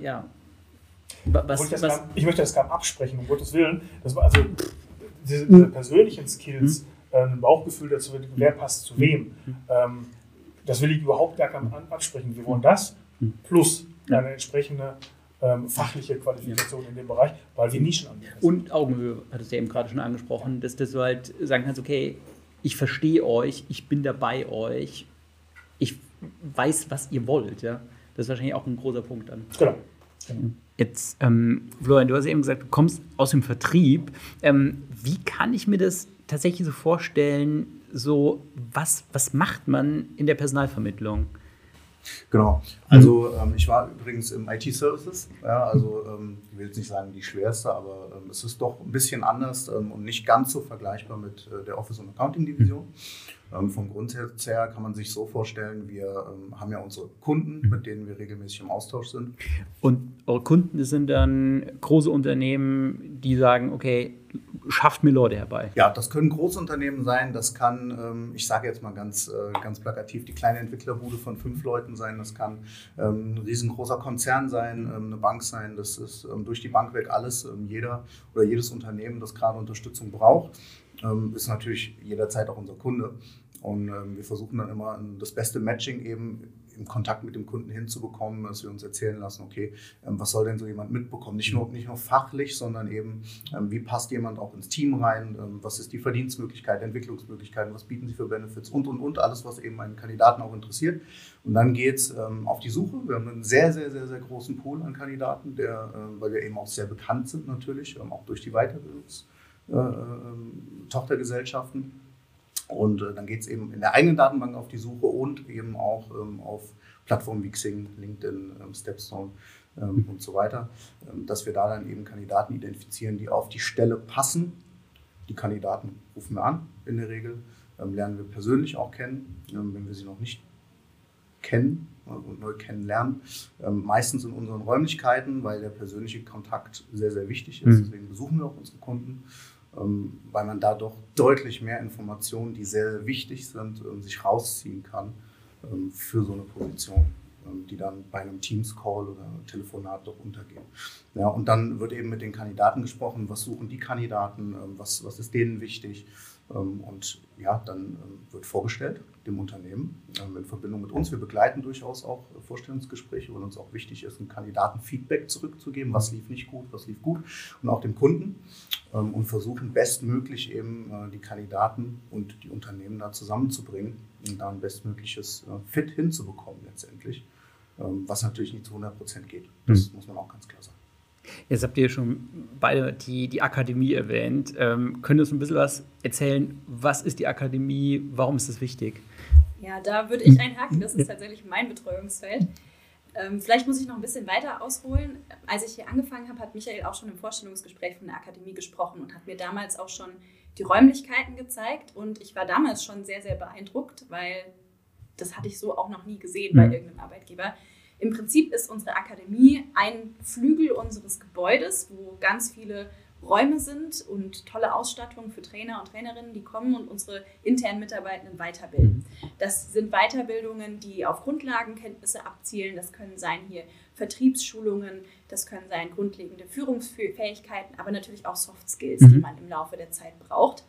ich möchte das gar nicht absprechen, um Gottes Willen, das war also diese persönlichen Skills, ein Bauchgefühl dazu, wer passt zu wem. Das will ich überhaupt gar keinem absprechen. Wir wollen das plus eine entsprechende fachliche Qualifikation in dem Bereich, weil wir Nischen anbieten. Und Augenhöhe, hattest du ja eben gerade schon angesprochen, dass du halt sagen kannst, okay, ich verstehe euch, ich bin dabei euch, ich weiß, was ihr wollt. Ja? Das ist wahrscheinlich auch ein großer Punkt dann. Genau. Jetzt, Florian, du hast eben gesagt, du kommst aus dem Vertrieb. Wie kann ich mir das tatsächlich so vorstellen, so was macht man in der Personalvermittlung? Genau, also ich war übrigens im IT-Services, ja, also ich will jetzt nicht sagen die schwerste, aber es ist doch ein bisschen anders und nicht ganz so vergleichbar mit der Office- und Accounting-Division. Vom Grundsatz her kann man sich so vorstellen, wir haben ja unsere Kunden, mit denen wir regelmäßig im Austausch sind. Und eure Kunden sind dann große Unternehmen, die sagen, okay, schafft mir Leute herbei. Ja, das können Großunternehmen sein, das kann, ich sage jetzt mal ganz plakativ, die kleine Entwicklerbude von 5 Leuten sein, das kann ein riesengroßer Konzern sein, eine Bank sein, das ist durch die Bank weg alles, jeder oder jedes Unternehmen, das gerade Unterstützung braucht, ist natürlich jederzeit auch unser Kunde. Und wir versuchen dann immer das beste Matching eben im Kontakt mit dem Kunden hinzubekommen, dass wir uns erzählen lassen, okay, was soll denn so jemand mitbekommen? Nicht nur fachlich, sondern eben, wie passt jemand auch ins Team rein? Was ist die Verdienstmöglichkeit, Entwicklungsmöglichkeiten? Was bieten sie für Benefits? Und alles, was eben einen Kandidaten auch interessiert. Und dann geht es auf die Suche. Wir haben einen sehr, sehr, sehr, sehr großen Pool an Kandidaten, weil wir eben auch sehr bekannt sind natürlich, auch durch die Tochtergesellschaften. Und dann geht es eben in der eigenen Datenbank auf die Suche und eben auch auf Plattformen wie Xing, LinkedIn, Stepstone und so weiter, dass wir da dann eben Kandidaten identifizieren, die auf die Stelle passen. Die Kandidaten rufen wir an in der Regel, lernen wir persönlich auch kennen, wenn wir sie noch nicht kennen und neu kennenlernen. Meistens in unseren Räumlichkeiten, weil der persönliche Kontakt sehr, sehr wichtig ist. Deswegen besuchen wir auch unsere Kunden. Weil man da doch deutlich mehr Informationen, die sehr wichtig sind, sich rausziehen kann für so eine Position, die dann bei einem Teams-Call oder Telefonat doch untergehen. Ja, und dann wird eben mit den Kandidaten gesprochen, was suchen die Kandidaten, was ist denen wichtig. Und ja, dann wird vorgestellt dem Unternehmen in Verbindung mit uns. Wir begleiten durchaus auch Vorstellungsgespräche, weil uns auch wichtig ist, ein Kandidatenfeedback zurückzugeben, was lief nicht gut, was lief gut, und auch dem Kunden, und versuchen bestmöglich eben die Kandidaten und die Unternehmen da zusammenzubringen und da ein bestmögliches Fit hinzubekommen letztendlich, was natürlich nicht zu 100% geht. Das muss man auch ganz klar sagen. Jetzt habt ihr schon beide die Akademie erwähnt. Könnt ihr uns ein bisschen was erzählen? Was ist die Akademie? Warum ist das wichtig? Ja, da würde ich einhaken. Das ist tatsächlich mein Betreuungsfeld. Vielleicht muss ich noch ein bisschen weiter ausholen. Als ich hier angefangen habe, hat Michael auch schon im Vorstellungsgespräch von der Akademie gesprochen und hat mir damals auch schon die Räumlichkeiten gezeigt. Und ich war damals schon sehr, sehr beeindruckt, weil das hatte ich so auch noch nie gesehen bei irgendeinem Arbeitgeber. Im Prinzip ist unsere Akademie ein Flügel unseres Gebäudes, wo ganz viele Räume sind und tolle Ausstattungen für Trainer und Trainerinnen, die kommen und unsere internen Mitarbeitenden weiterbilden. Das sind Weiterbildungen, die auf Grundlagenkenntnisse abzielen. Das können sein hier Vertriebsschulungen, das können sein grundlegende Führungsfähigkeiten, aber natürlich auch Soft Skills, die man im Laufe der Zeit braucht.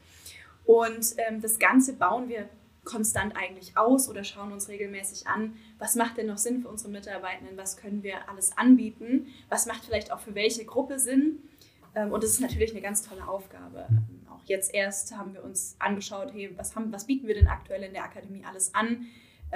Und das Ganze bauen wir konstant eigentlich aus oder schauen uns regelmäßig an, was macht denn noch Sinn für unsere Mitarbeitenden, was können wir alles anbieten, was macht vielleicht auch für welche Gruppe Sinn. Und das ist natürlich eine ganz tolle Aufgabe. Auch jetzt erst haben wir uns angeschaut, hey, was bieten wir denn aktuell in der Akademie alles an,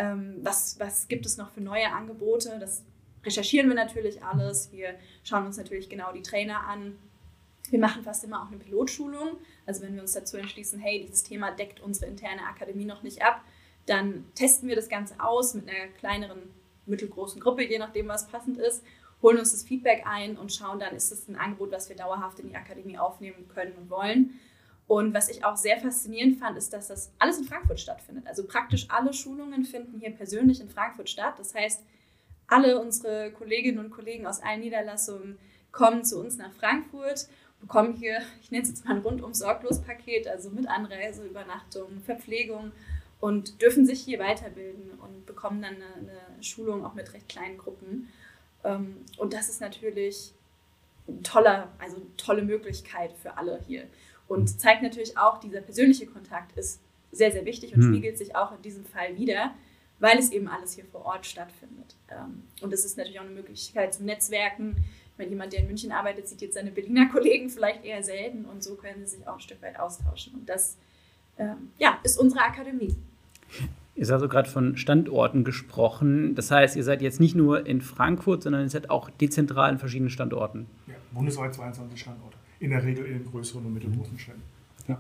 was gibt es noch für neue Angebote, das recherchieren wir natürlich alles, wir schauen uns natürlich genau die Trainer an. Wir machen fast immer auch eine Pilotschulung. Also wenn wir uns dazu entschließen, hey, dieses Thema deckt unsere interne Akademie noch nicht ab, dann testen wir das Ganze aus mit einer kleineren, mittelgroßen Gruppe, je nachdem, was passend ist, holen uns das Feedback ein und schauen dann, ist es ein Angebot, was wir dauerhaft in die Akademie aufnehmen können und wollen. Und was ich auch sehr faszinierend fand, ist, dass das alles in Frankfurt stattfindet. Also praktisch alle Schulungen finden hier persönlich in Frankfurt statt. Das heißt, alle unsere Kolleginnen und Kollegen aus allen Niederlassungen kommen zu uns nach Frankfurt, bekommen hier, ich nenne es jetzt mal ein Rundum-Sorglos-Paket, also mit Anreise, Übernachtung, Verpflegung, und dürfen sich hier weiterbilden und bekommen dann eine Schulung auch mit recht kleinen Gruppen. Und das ist natürlich eine tolle Möglichkeit für alle hier. Und zeigt natürlich auch, dieser persönliche Kontakt ist sehr, sehr wichtig und spiegelt sich auch in diesem Fall wider, weil es eben alles hier vor Ort stattfindet. Und es ist natürlich auch eine Möglichkeit zum Netzwerken. Wenn jemand, der in München arbeitet, sieht jetzt seine Berliner Kollegen vielleicht eher selten, und so können sie sich auch ein Stück weit austauschen. Und das ist unsere Akademie. Ihr habt also gerade von Standorten gesprochen. Das heißt, ihr seid jetzt nicht nur in Frankfurt, sondern ihr seid auch dezentral in verschiedenen Standorten. Ja, bundesweit 22 Standorte. In der Regel in den größeren und mittelgroßen Städten. Ja.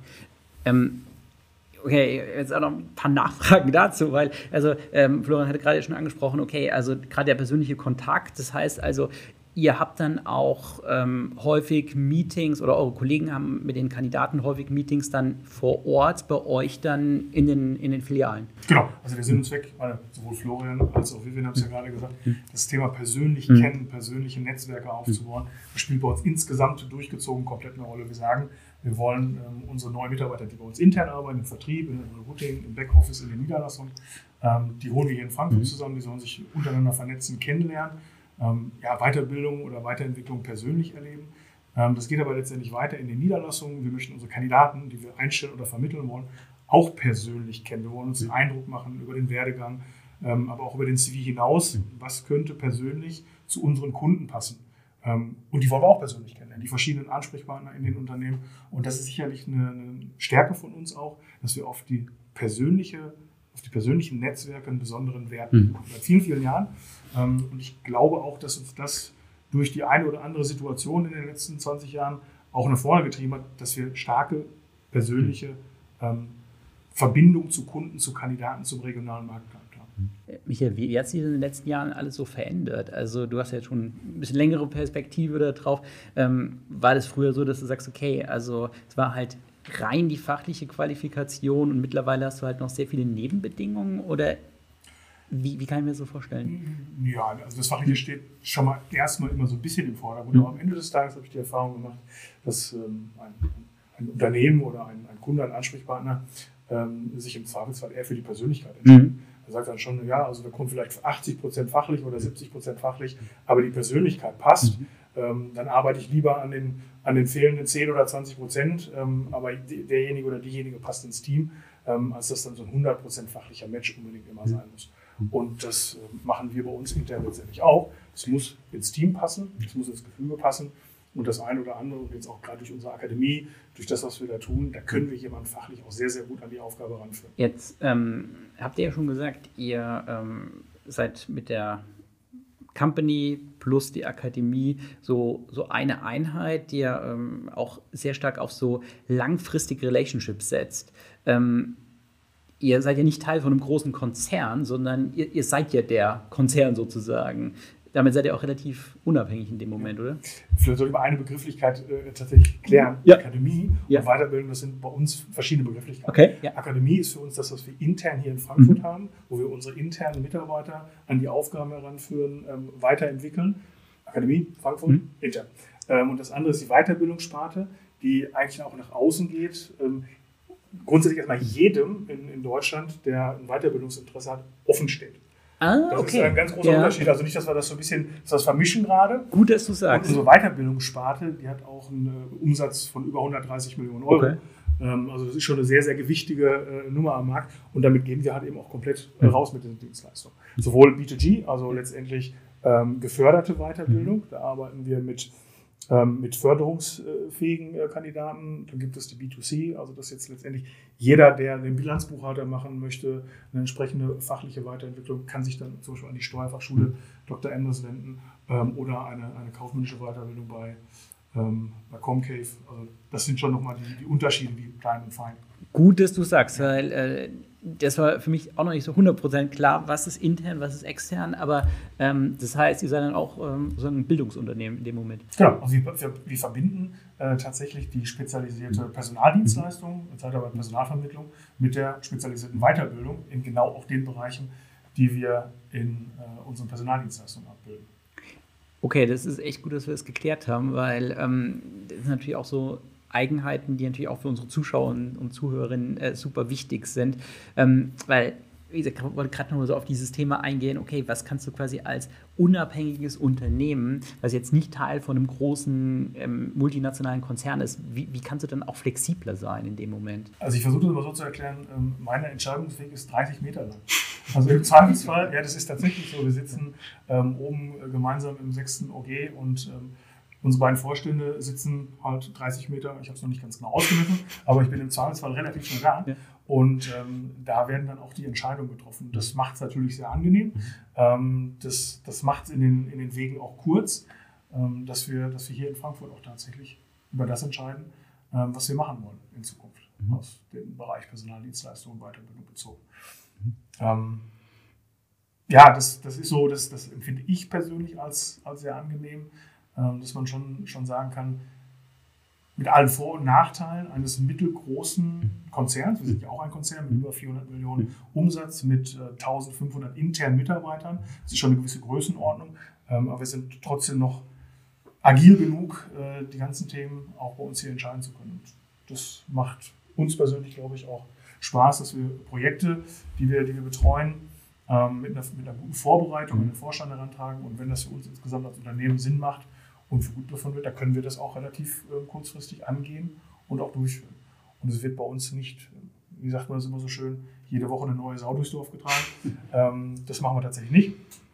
Okay, jetzt auch noch ein paar Nachfragen dazu, weil, Florian hatte gerade schon angesprochen, okay, also gerade der persönliche Kontakt, das heißt also, ihr habt dann auch häufig Meetings oder eure Kollegen haben mit den Kandidaten häufig Meetings dann vor Ort bei euch dann in den Filialen. Genau, also der Sinn und Zweck, sowohl Florian als auch Vivian haben es ja gerade gesagt, das Thema persönlich kennen, persönliche Netzwerke aufzubauen, das spielt bei uns insgesamt durchgezogen komplett eine Rolle. Wir sagen, wir wollen unsere neuen Mitarbeiter, die bei uns intern arbeiten, im Vertrieb, im Recruiting, im Backoffice, in den Niederlassungen, die holen wir hier in Frankfurt zusammen, die sollen sich untereinander vernetzen, kennenlernen, Weiterbildung oder Weiterentwicklung persönlich erleben. Das geht aber letztendlich weiter in den Niederlassungen. Wir möchten unsere Kandidaten, die wir einstellen oder vermitteln wollen, auch persönlich kennen. Wir wollen uns einen Eindruck machen über den Werdegang, aber auch über den CV hinaus. Was könnte persönlich zu unseren Kunden passen? Und die wollen wir auch persönlich kennenlernen, die verschiedenen Ansprechpartner in den Unternehmen. Und das ist sicherlich eine Stärke von uns auch, dass wir auf die persönlichen Netzwerke einen besonderen Wert legen. Seit vielen, vielen Jahren. Und ich glaube auch, dass uns das durch die eine oder andere Situation in den letzten 20 Jahren auch nach vorne getrieben hat, dass wir starke persönliche Verbindung zu Kunden, zu Kandidaten, zum regionalen Markt gehabt haben. Michael, wie hat sich in den letzten Jahren alles so verändert? Also du hast ja jetzt schon ein bisschen längere Perspektive da drauf. War das früher so, dass du sagst, okay, also es war halt rein die fachliche Qualifikation und mittlerweile hast du halt noch sehr viele Nebenbedingungen oder wie kann ich mir das so vorstellen? Ja, also das Fachliche steht schon mal erstmal immer so ein bisschen im Vordergrund. Aber am Ende des Tages habe ich die Erfahrung gemacht, dass ein Unternehmen oder ein Kunde, ein Ansprechpartner sich im Zweifelsfall eher für die Persönlichkeit entscheidet. Er sagt dann schon, ja, also der Kunde vielleicht 80% fachlich oder 70% fachlich, aber die Persönlichkeit passt. Dann arbeite ich lieber an den fehlenden 10 oder 20%, aber derjenige oder diejenige passt ins Team, als dass dann so ein 100% fachlicher Match unbedingt immer sein muss. Und das machen wir bei uns intern letztendlich auch. Es muss ins Team passen, es muss ins Gefüge passen. Und das eine oder andere, und jetzt auch gerade durch unsere Akademie, durch das, was wir da tun, da können wir jemanden fachlich auch sehr, sehr gut an die Aufgabe ranführen. Jetzt habt ihr ja schon gesagt, ihr seid mit der Company plus die Akademie so eine Einheit, die ja auch sehr stark auf so langfristige Relationships setzt. Ihr seid ja nicht Teil von einem großen Konzern, sondern ihr seid ja der Konzern sozusagen. Damit seid ihr auch relativ unabhängig in dem Moment, oder? Vielleicht soll ich mal eine Begrifflichkeit tatsächlich klären. Ja. Akademie und Weiterbildung, das sind bei uns verschiedene Begrifflichkeiten. Okay. Ja. Akademie ist für uns das, was wir intern hier in Frankfurt haben, wo wir unsere internen Mitarbeiter an die Aufgaben heranführen, weiterentwickeln. Akademie, Frankfurt, intern. Und das andere ist die Weiterbildungssparte, die eigentlich auch nach außen geht. Grundsätzlich erstmal jedem in Deutschland, der ein Weiterbildungsinteresse hat, offen steht. Das ist ein ganz großer Unterschied. Also nicht, dass wir das so ein bisschen vermischen gerade. Gut, dass du sagst. Und unsere Weiterbildungssparte, die hat auch einen Umsatz von über 130 Millionen Euro. Okay. Also das ist schon eine sehr, sehr gewichtige Nummer am Markt. Und damit gehen wir halt eben auch komplett raus mit den Dienstleistungen. Sowohl B2G, also letztendlich geförderte Weiterbildung. Da arbeiten wir mit förderungsfähigen Kandidaten. Dann gibt es die B2C, also dass jetzt letztendlich jeder, der den Bilanzbuchhalter machen möchte, eine entsprechende fachliche Weiterentwicklung, kann sich dann zum Beispiel an die Steuerfachschule Dr. Enders wenden oder eine kaufmännische Weiterbildung bei Comcave. Also das sind schon nochmal die Unterschiede, die klein und fein. Gut, dass du sagst, weil das war für mich auch noch nicht so 100% klar, was ist intern, was ist extern, aber das heißt, ihr seid dann auch ein Bildungsunternehmen in dem Moment. Genau, also wir verbinden tatsächlich die spezialisierte Personaldienstleistung, Zeitarbeit Personalvermittlung, mit der spezialisierten Weiterbildung in genau auch den Bereichen, die wir in unseren Personaldienstleistungen abbilden. Okay, das ist echt gut, dass wir das geklärt haben, weil das ist natürlich auch so Eigenheiten, die natürlich auch für unsere Zuschauer und Zuhörerinnen super wichtig sind. Weil, wie gesagt, ich wollte gerade noch mal so auf dieses Thema eingehen, okay, was kannst du quasi als unabhängiges Unternehmen, was jetzt nicht Teil von einem großen multinationalen Konzern ist, wie kannst du dann auch flexibler sein in dem Moment? Also ich versuche das mal so zu erklären, meine Entscheidungsweg ist 30 Meter lang. Also im Zweifelsfall, ja, das ist tatsächlich so, wir sitzen oben gemeinsam im 6. OG und unsere beiden Vorstände sitzen halt 30 Meter, ich habe es noch nicht ganz genau ausgemessen, aber ich bin im Zweifelsfall relativ schnell da. Ja. Und da werden dann auch die Entscheidungen getroffen. Das macht es natürlich sehr angenehm. Das macht es in den Wegen auch kurz, dass wir hier in Frankfurt auch tatsächlich über das entscheiden, was wir machen wollen in Zukunft, aus dem Bereich Personaldienstleistung und Weiterbildung bezogen. ja, das ist so, das empfinde ich persönlich als sehr angenehm, dass man schon sagen kann, mit allen Vor- und Nachteilen eines mittelgroßen Konzerns, wir sind ja auch ein Konzern mit über 400 Millionen Umsatz, mit 1500 internen Mitarbeitern, das ist schon eine gewisse Größenordnung, aber wir sind trotzdem noch agil genug, die ganzen Themen auch bei uns hier entscheiden zu können. Und das macht uns persönlich, glaube ich, auch Spaß, dass wir Projekte, die wir betreuen, mit einer guten Vorbereitung an den Vorstand herantragen. Und wenn das für uns insgesamt als Unternehmen Sinn macht und für gut befunden wird, dann können wir das auch relativ kurzfristig angehen und auch durchführen. Und es wird bei uns nicht, wie sagt man das immer so schön, jede Woche eine neue Sau durchs Dorf getragen. Das machen wir tatsächlich nicht.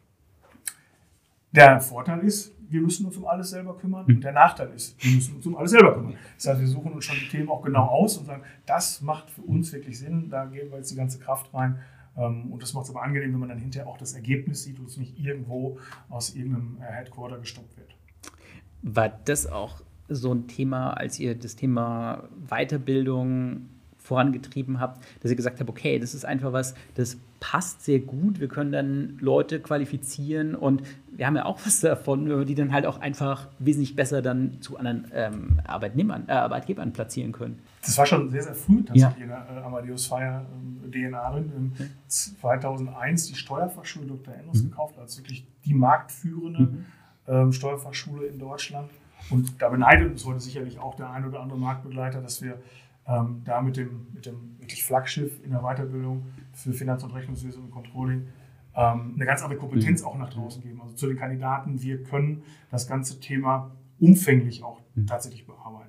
Der Vorteil ist, wir müssen uns um alles selber kümmern. Und der Nachteil ist, wir müssen uns um alles selber kümmern. Das heißt, wir suchen uns schon die Themen auch genau aus und sagen, das macht für uns wirklich Sinn, da geben wir jetzt die ganze Kraft rein. Und das macht es aber angenehm, wenn man dann hinterher auch das Ergebnis sieht und es nicht irgendwo aus irgendeinem Headquarter gestoppt wird. War das auch so ein Thema, als ihr das Thema Weiterbildung vorangetrieben habt, dass ihr gesagt habt, okay, das ist einfach was, das passt sehr gut, wir können dann Leute qualifizieren und wir haben ja auch was davon, wenn wir die dann halt auch einfach wesentlich besser dann zu anderen Arbeitgebern platzieren können. Das war schon sehr, sehr früh tatsächlich in der Amadeus Fire DNA drin. 2001 die Steuerfachschule Dr. Enders gekauft, als wirklich die marktführende Steuerfachschule in Deutschland. Und da beneidet uns heute sicherlich auch der ein oder andere Marktbegleiter, dass wir da mit dem wirklich Flaggschiff in der Weiterbildung für Finanz- und Rechnungswesen und Controlling eine ganz andere Kompetenz auch nach draußen geben. Also zu den Kandidaten, wir können das ganze Thema umfänglich auch tatsächlich bearbeiten.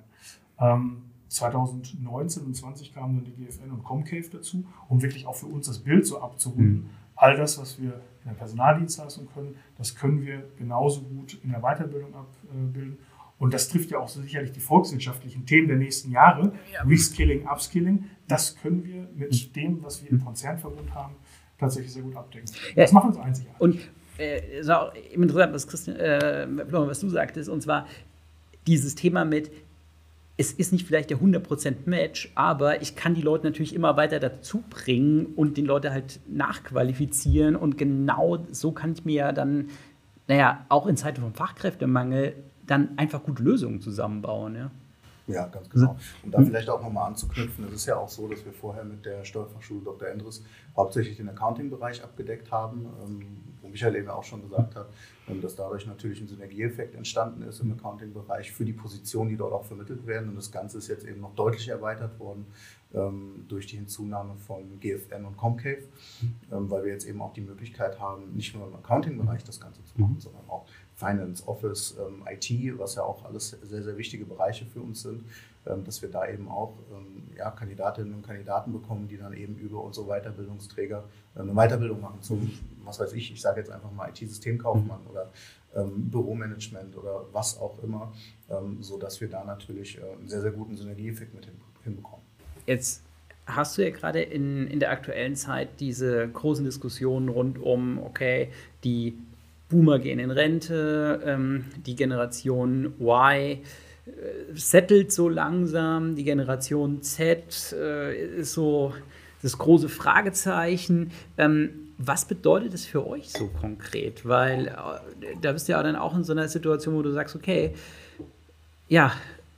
2019 und 2020 kamen dann die GFN und Comcave dazu, um wirklich auch für uns das Bild so abzurunden. All das, was wir in der Personaldienstleistung können, das können wir genauso gut in der Weiterbildung abbilden. Und das trifft ja auch so sicherlich die volkswirtschaftlichen Themen der nächsten Jahre. Ja. Reskilling, Upskilling, das können wir mit dem, was wir im Konzernverbund haben, tatsächlich sehr gut abdecken. Das macht uns einzigartig. Und es ist auch interessant, was du sagtest, und zwar dieses Thema mit, es ist nicht vielleicht der 100% Match, aber ich kann die Leute natürlich immer weiter dazu bringen und den Leute halt nachqualifizieren. Und genau so kann ich mir ja dann, auch in Zeiten von Fachkräftemangel, dann einfach gute Lösungen zusammenbauen. Ja, ja, ganz genau. Und da vielleicht auch nochmal anzuknüpfen, es ist ja auch so, dass wir vorher mit der Steuerfachschule Dr. Endres hauptsächlich den Accounting-Bereich abgedeckt haben, wo Michael eben auch schon gesagt hat, dass dadurch natürlich ein Synergieeffekt entstanden ist im Accounting-Bereich für die Positionen, die dort auch vermittelt werden. Und das Ganze ist jetzt eben noch deutlich erweitert worden durch die Hinzunahme von GFN und Comcave, weil wir jetzt eben auch die Möglichkeit haben, nicht nur im Accounting-Bereich das Ganze zu machen, sondern auch Finance, Office, IT, was ja auch alles sehr, sehr wichtige Bereiche für uns sind, dass wir da eben auch Kandidatinnen und Kandidaten bekommen, die dann eben über unsere Weiterbildungsträger eine Weiterbildung machen zum, was weiß ich sage jetzt einfach mal IT-Systemkaufmann oder Büromanagement oder was auch immer, sodass wir da natürlich einen sehr, sehr guten Synergieeffekt mit hinbekommen. Jetzt hast du ja gerade in der aktuellen Zeit diese großen Diskussionen rund um, okay, die Boomer gehen in Rente, die Generation Y settelt so langsam, die Generation Z ist so das große Fragezeichen. Was bedeutet das für euch so konkret? Weil da bist du ja dann auch in so einer Situation, wo du sagst, okay, ja,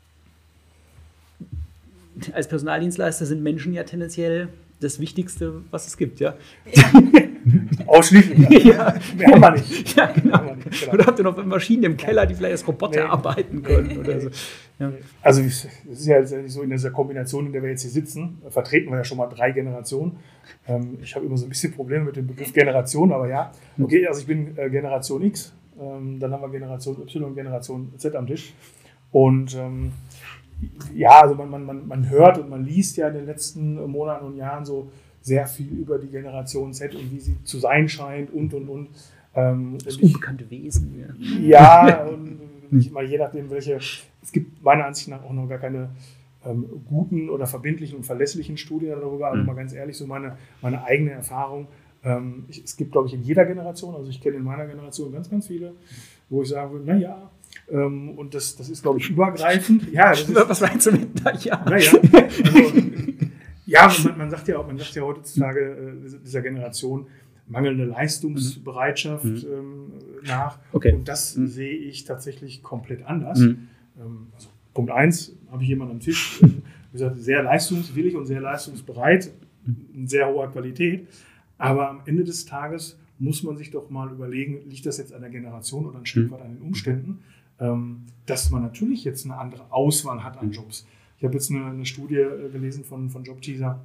als Personaldienstleister sind Menschen ja tendenziell das Wichtigste, was es gibt, ja? Ausschließlich. Ja. Mehr haben wir nicht. Ja, genau. Oder habt ihr noch Maschinen im Keller, die vielleicht als Roboter arbeiten können oder so? Ja. Also es ist ja so in dieser Kombination, in der wir jetzt hier sitzen, vertreten wir ja schon mal 3 Generationen. Ich habe immer so ein bisschen Probleme mit dem Begriff Generation, aber ja. Okay, also ich bin Generation X, dann haben wir Generation Y und Generation Z am Tisch. Und also man hört und man liest ja in den letzten Monaten und Jahren so sehr viel über die Generation Z und wie sie zu sein scheint und. Das unbekannte Wesen. Ja, und je nachdem welche, es gibt meiner Ansicht nach auch noch gar keine guten oder verbindlichen und verlässlichen Studien darüber, also mal ganz ehrlich, so meine eigene Erfahrung. Es gibt, glaube ich, in jeder Generation, also ich kenne in meiner Generation ganz, ganz viele, wo ich sagen würde, und das ist, glaube ich, übergreifend. Ja, das ist, was meinst du mit naja? Also, man sagt ja heutzutage dieser Generation, mangelnde Leistungsbereitschaft nach. Okay. Und das sehe ich tatsächlich komplett anders. Also Punkt 1, habe ich jemanden am Tisch, wie gesagt, sehr leistungswillig und sehr leistungsbereit, in sehr hoher Qualität. Aber am Ende des Tages muss man sich doch mal überlegen, liegt das jetzt an der Generation oder ein Stück weit an den Umständen, dass man natürlich jetzt eine andere Auswahl hat an Jobs. Ich habe jetzt eine Studie gelesen von Jobteaser.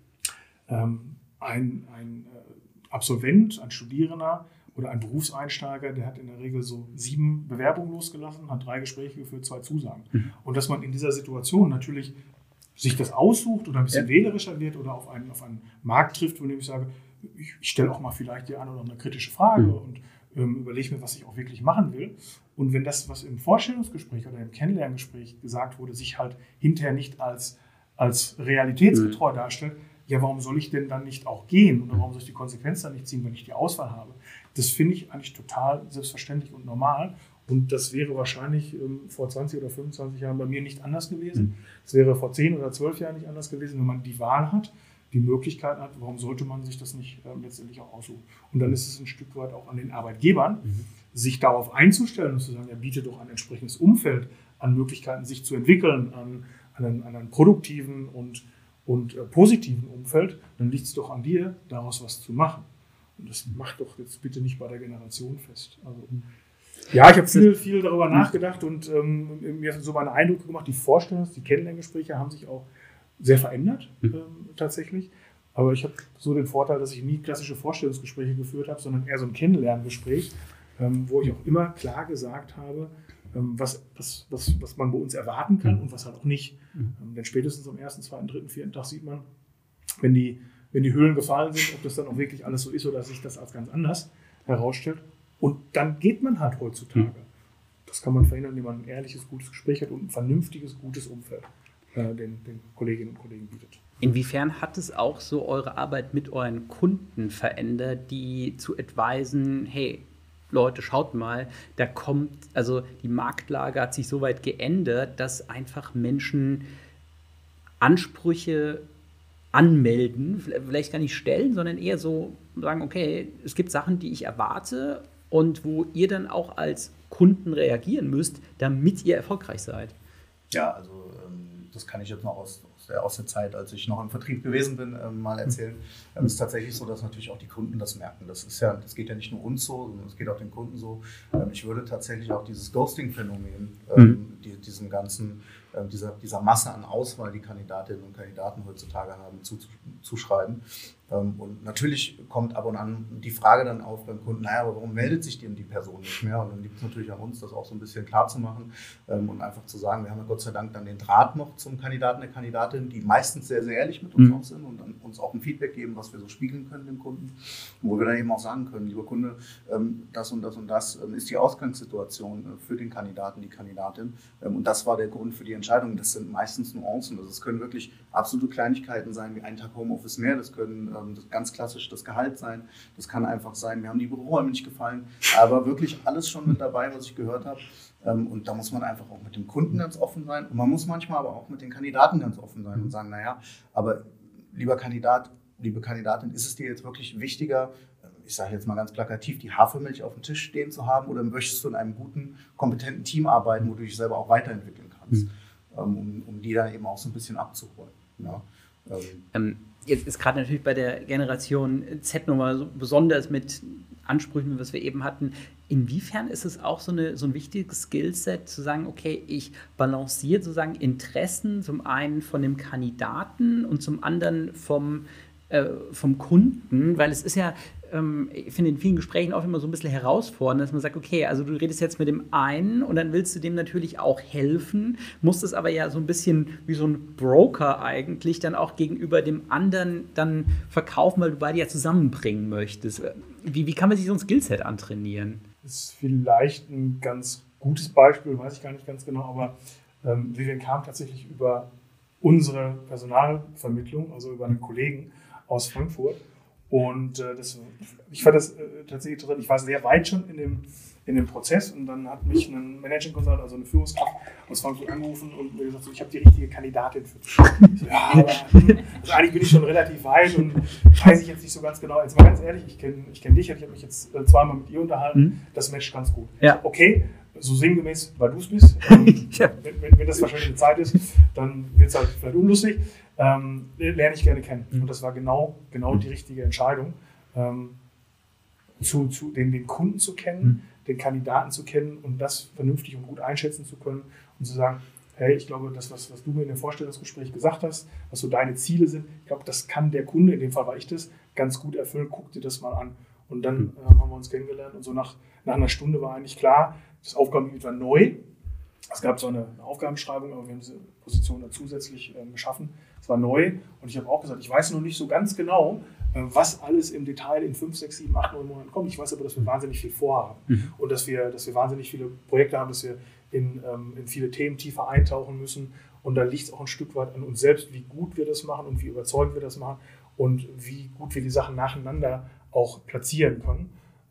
Ein Absolvent, ein Studierender oder ein Berufseinsteiger, der hat in der Regel so 7 Bewerbungen losgelassen, hat 3 Gespräche geführt, 2 Zusagen. Und dass man in dieser Situation natürlich sich das aussucht oder ein bisschen wählerischer wird oder auf einen Markt trifft, von dem ich sage, ich stelle auch mal vielleicht die eine oder andere kritische Frage und überlege mir, was ich auch wirklich machen will. Und wenn das, was im Vorstellungsgespräch oder im Kennenlerngespräch gesagt wurde, sich halt hinterher nicht als realitätsgetreu darstellt, ja, warum soll ich denn dann nicht auch gehen oder warum soll ich die Konsequenz dann nicht ziehen, wenn ich die Auswahl habe? Das finde ich eigentlich total selbstverständlich und normal. Und das wäre wahrscheinlich vor 20 oder 25 Jahren bei mir nicht anders gewesen. Das wäre vor 10 oder 12 Jahren nicht anders gewesen, wenn man die Wahl hat, die Möglichkeit hat, warum sollte man sich das nicht letztendlich auch aussuchen? Und dann ist es ein Stück weit auch an den Arbeitgebern, sich darauf einzustellen und zu sagen, er bietet doch ein entsprechendes Umfeld an Möglichkeiten, sich zu entwickeln, an einem produktiven und positiven Umfeld, dann liegt es doch an dir, daraus was zu machen. Und das macht doch jetzt bitte nicht bei der Generation fest. Also, ja, ich habe viel darüber nachgedacht und mir so meine Eindrücke gemacht. Die die Kennenlerngespräche haben sich auch sehr verändert, tatsächlich. Aber ich habe so den Vorteil, dass ich nie klassische Vorstellungsgespräche geführt habe, sondern eher so ein Kennenlerngespräch, wo ich auch immer klar gesagt habe, was man bei uns erwarten kann und was halt auch nicht. Denn spätestens am 1., 2., 3., 4. Tag sieht man, wenn die Hüllen gefallen sind, ob das dann auch wirklich alles so ist oder sich das als ganz anders herausstellt. Und dann geht man halt heutzutage. Das kann man verhindern, indem man ein ehrliches, gutes Gespräch hat und ein vernünftiges, gutes Umfeld den Kolleginnen und Kollegen bietet. Inwiefern hat es auch so eure Arbeit mit euren Kunden verändert, die zu advisen, hey, Leute, schaut mal, also die Marktlage hat sich so weit geändert, dass einfach Menschen Ansprüche anmelden, vielleicht gar nicht stellen, sondern eher so sagen, okay, es gibt Sachen, die ich erwarte und wo ihr dann auch als Kunden reagieren müsst, damit ihr erfolgreich seid. Ja, also das kann ich jetzt noch aus der Zeit, als ich noch im Vertrieb gewesen bin, mal erzählen. Es ist tatsächlich so, dass natürlich auch die Kunden das merken. Das geht ja nicht nur uns so, sondern es geht auch den Kunden so. Ich würde tatsächlich auch dieses Ghosting-Phänomen, dieser Masse an Auswahl, die Kandidatinnen und Kandidaten heutzutage haben, zuschreiben. Und natürlich kommt ab und an die Frage dann auf beim Kunden, naja, aber warum meldet sich denn die Person nicht mehr? Und dann liegt es natürlich an uns, das auch so ein bisschen klar zu machen und einfach zu sagen, wir haben ja Gott sei Dank dann den Draht noch zum Kandidaten, der Kandidatin, die meistens sehr, sehr ehrlich mit uns auch sind und dann uns auch ein Feedback geben, was wir so spiegeln können dem Kunden. Wo wir dann eben auch sagen können, lieber Kunde, das und das und das ist die Ausgangssituation für den Kandidaten, die Kandidatin. Und das war der Grund für die Entscheidung. Das sind meistens Nuancen. Also es können wirklich absolute Kleinigkeiten sein, wie ein Tag Homeoffice mehr. Das können ganz klassisch das Gehalt sein. Das kann einfach sein, mir haben die Büroräume nicht gefallen. Aber wirklich alles schon mit dabei, was ich gehört habe. Und da muss man einfach auch mit dem Kunden ganz offen sein. Und man muss manchmal aber auch mit den Kandidaten ganz offen sein und sagen, naja, aber lieber Kandidat, liebe Kandidatin, ist es dir jetzt wirklich wichtiger, ich sage jetzt mal ganz plakativ, die Hafermilch auf dem Tisch stehen zu haben oder möchtest du in einem guten, kompetenten Team arbeiten, wo du dich selber auch weiterentwickeln kannst, um die dann eben auch so ein bisschen abzuholen. Ja. Jetzt ist gerade natürlich bei der Generation Z nochmal so besonders mit Ansprüchen, was wir eben hatten. Inwiefern ist es auch so ein wichtiges Skillset, zu sagen, okay, ich balanciere sozusagen Interessen zum einen von dem Kandidaten und zum anderen vom Kunden, weil es ist ja, ich finde in vielen Gesprächen auch immer so ein bisschen herausfordernd, dass man sagt, okay, also du redest jetzt mit dem einen und dann willst du dem natürlich auch helfen, musst es aber ja so ein bisschen wie so ein Broker eigentlich dann auch gegenüber dem anderen dann verkaufen, weil du beide ja zusammenbringen möchtest. Wie kann man sich so ein Skillset antrainieren? Das ist vielleicht ein ganz gutes Beispiel, weiß ich gar nicht ganz genau, aber Vivian kam tatsächlich über unsere Personalvermittlung, also über einen Kollegen aus Frankfurt. Und ich fand das tatsächlich interessant. Ich war sehr weit schon in dem Prozess und dann hat mich ein Managing Consultant, also eine Führungskraft aus Frankfurt angerufen und mir gesagt, so, ich habe die richtige Kandidatin für dich. So, ja, aber also eigentlich bin ich schon relativ weit und weiß ich jetzt nicht so ganz genau. Jetzt mal ganz ehrlich, ich kenn dich, ich habe mich jetzt zweimal mit ihr unterhalten, das matcht ganz gut. Ja. Okay, so sinngemäß, weil du es bist. Wenn das wahrscheinlich eine Zeit ist, dann wird es halt vielleicht unlustig. Lerne ich gerne kennen. Und das war genau die richtige Entscheidung, den Kunden zu kennen, den Kandidaten zu kennen und das vernünftig und gut einschätzen zu können und zu sagen, hey, ich glaube, das, was du mir in dem Vorstellungsgespräch gesagt hast, was so deine Ziele sind, ich glaube, das kann der Kunde, in dem Fall war ich das, ganz gut erfüllen. Guck dir das mal an. Und dann haben wir uns kennengelernt und so nach einer Stunde war eigentlich klar, das Aufgabengebiet war neu. Es gab so eine Aufgabenbeschreibung, aber wir haben diese Position dann zusätzlich geschaffen. Es war neu und ich habe auch gesagt, ich weiß noch nicht so ganz genau, was alles im Detail in 5, 6, 7, 8, 9 Monaten kommt. Ich weiß aber, dass wir wahnsinnig viel vorhaben und dass wir wahnsinnig viele Projekte haben, dass wir in viele Themen tiefer eintauchen müssen. Und da liegt es auch ein Stück weit an uns selbst, wie gut wir das machen und wie überzeugend wir das machen und wie gut wir die Sachen nacheinander auch platzieren können.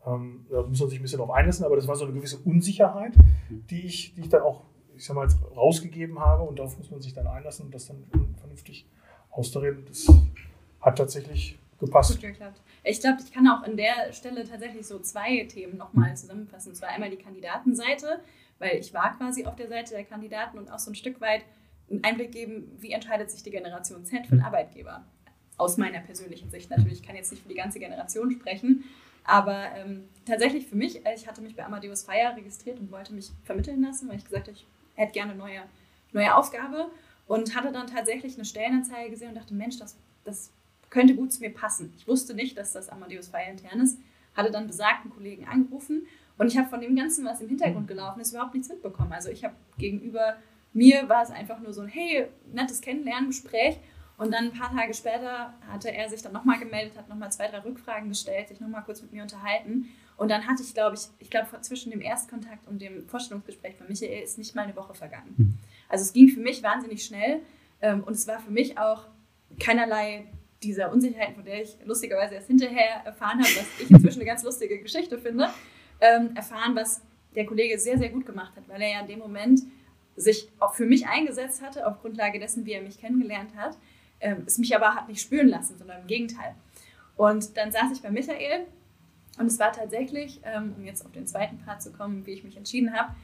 Da muss man sich ein bisschen darauf einlassen, aber das war so eine gewisse Unsicherheit, die ich dann auch, ich sag mal, rausgegeben habe und darauf muss man sich dann einlassen und das dann vernünftig austarieren. Das hat tatsächlich gepasst. Gut geklappt. Ich glaube, ich kann auch an der Stelle tatsächlich so 2 Themen nochmal zusammenfassen. Und zwar einmal die Kandidatenseite, weil ich war quasi auf der Seite der Kandidaten und auch so ein Stück weit einen Einblick geben, wie entscheidet sich die Generation Z für einen Arbeitgeber. Aus meiner persönlichen Sicht natürlich. Ich kann jetzt nicht für die ganze Generation sprechen, aber tatsächlich für mich, ich hatte mich bei Amadeus Fire registriert und wollte mich vermitteln lassen, weil ich gesagt habe, ich hätte gerne eine neue Aufgabe und hatte dann tatsächlich eine Stellenanzeige gesehen und dachte, Mensch, das könnte gut zu mir passen. Ich wusste nicht, dass das Amadeus Fire intern ist, hatte dann besagten Kollegen angerufen und ich habe von dem Ganzen, was im Hintergrund gelaufen ist, überhaupt nichts mitbekommen. Also ich habe gegenüber mir war es einfach nur so ein, hey, nettes Kennenlerngespräch. Und dann ein paar Tage später hatte er sich dann nochmal gemeldet, hat nochmal 2, 3 Rückfragen gestellt, sich nochmal kurz mit mir unterhalten. Und dann hatte ich, glaube zwischen dem Erstkontakt und dem Vorstellungsgespräch von Michael ist nicht mal eine Woche vergangen. Also es ging für mich wahnsinnig schnell und es war für mich auch keinerlei dieser Unsicherheiten, von der ich lustigerweise erst hinterher erfahren habe, was ich inzwischen eine ganz lustige Geschichte finde, erfahren, was der Kollege sehr, sehr gut gemacht hat, weil er ja in dem Moment sich auch für mich eingesetzt hatte, auf Grundlage dessen, wie er mich kennengelernt hat, es mich aber hat nicht spüren lassen, sondern im Gegenteil. Und dann saß ich bei Michael und es war tatsächlich, um jetzt auf den zweiten Part zu kommen, wie ich mich entschieden habe,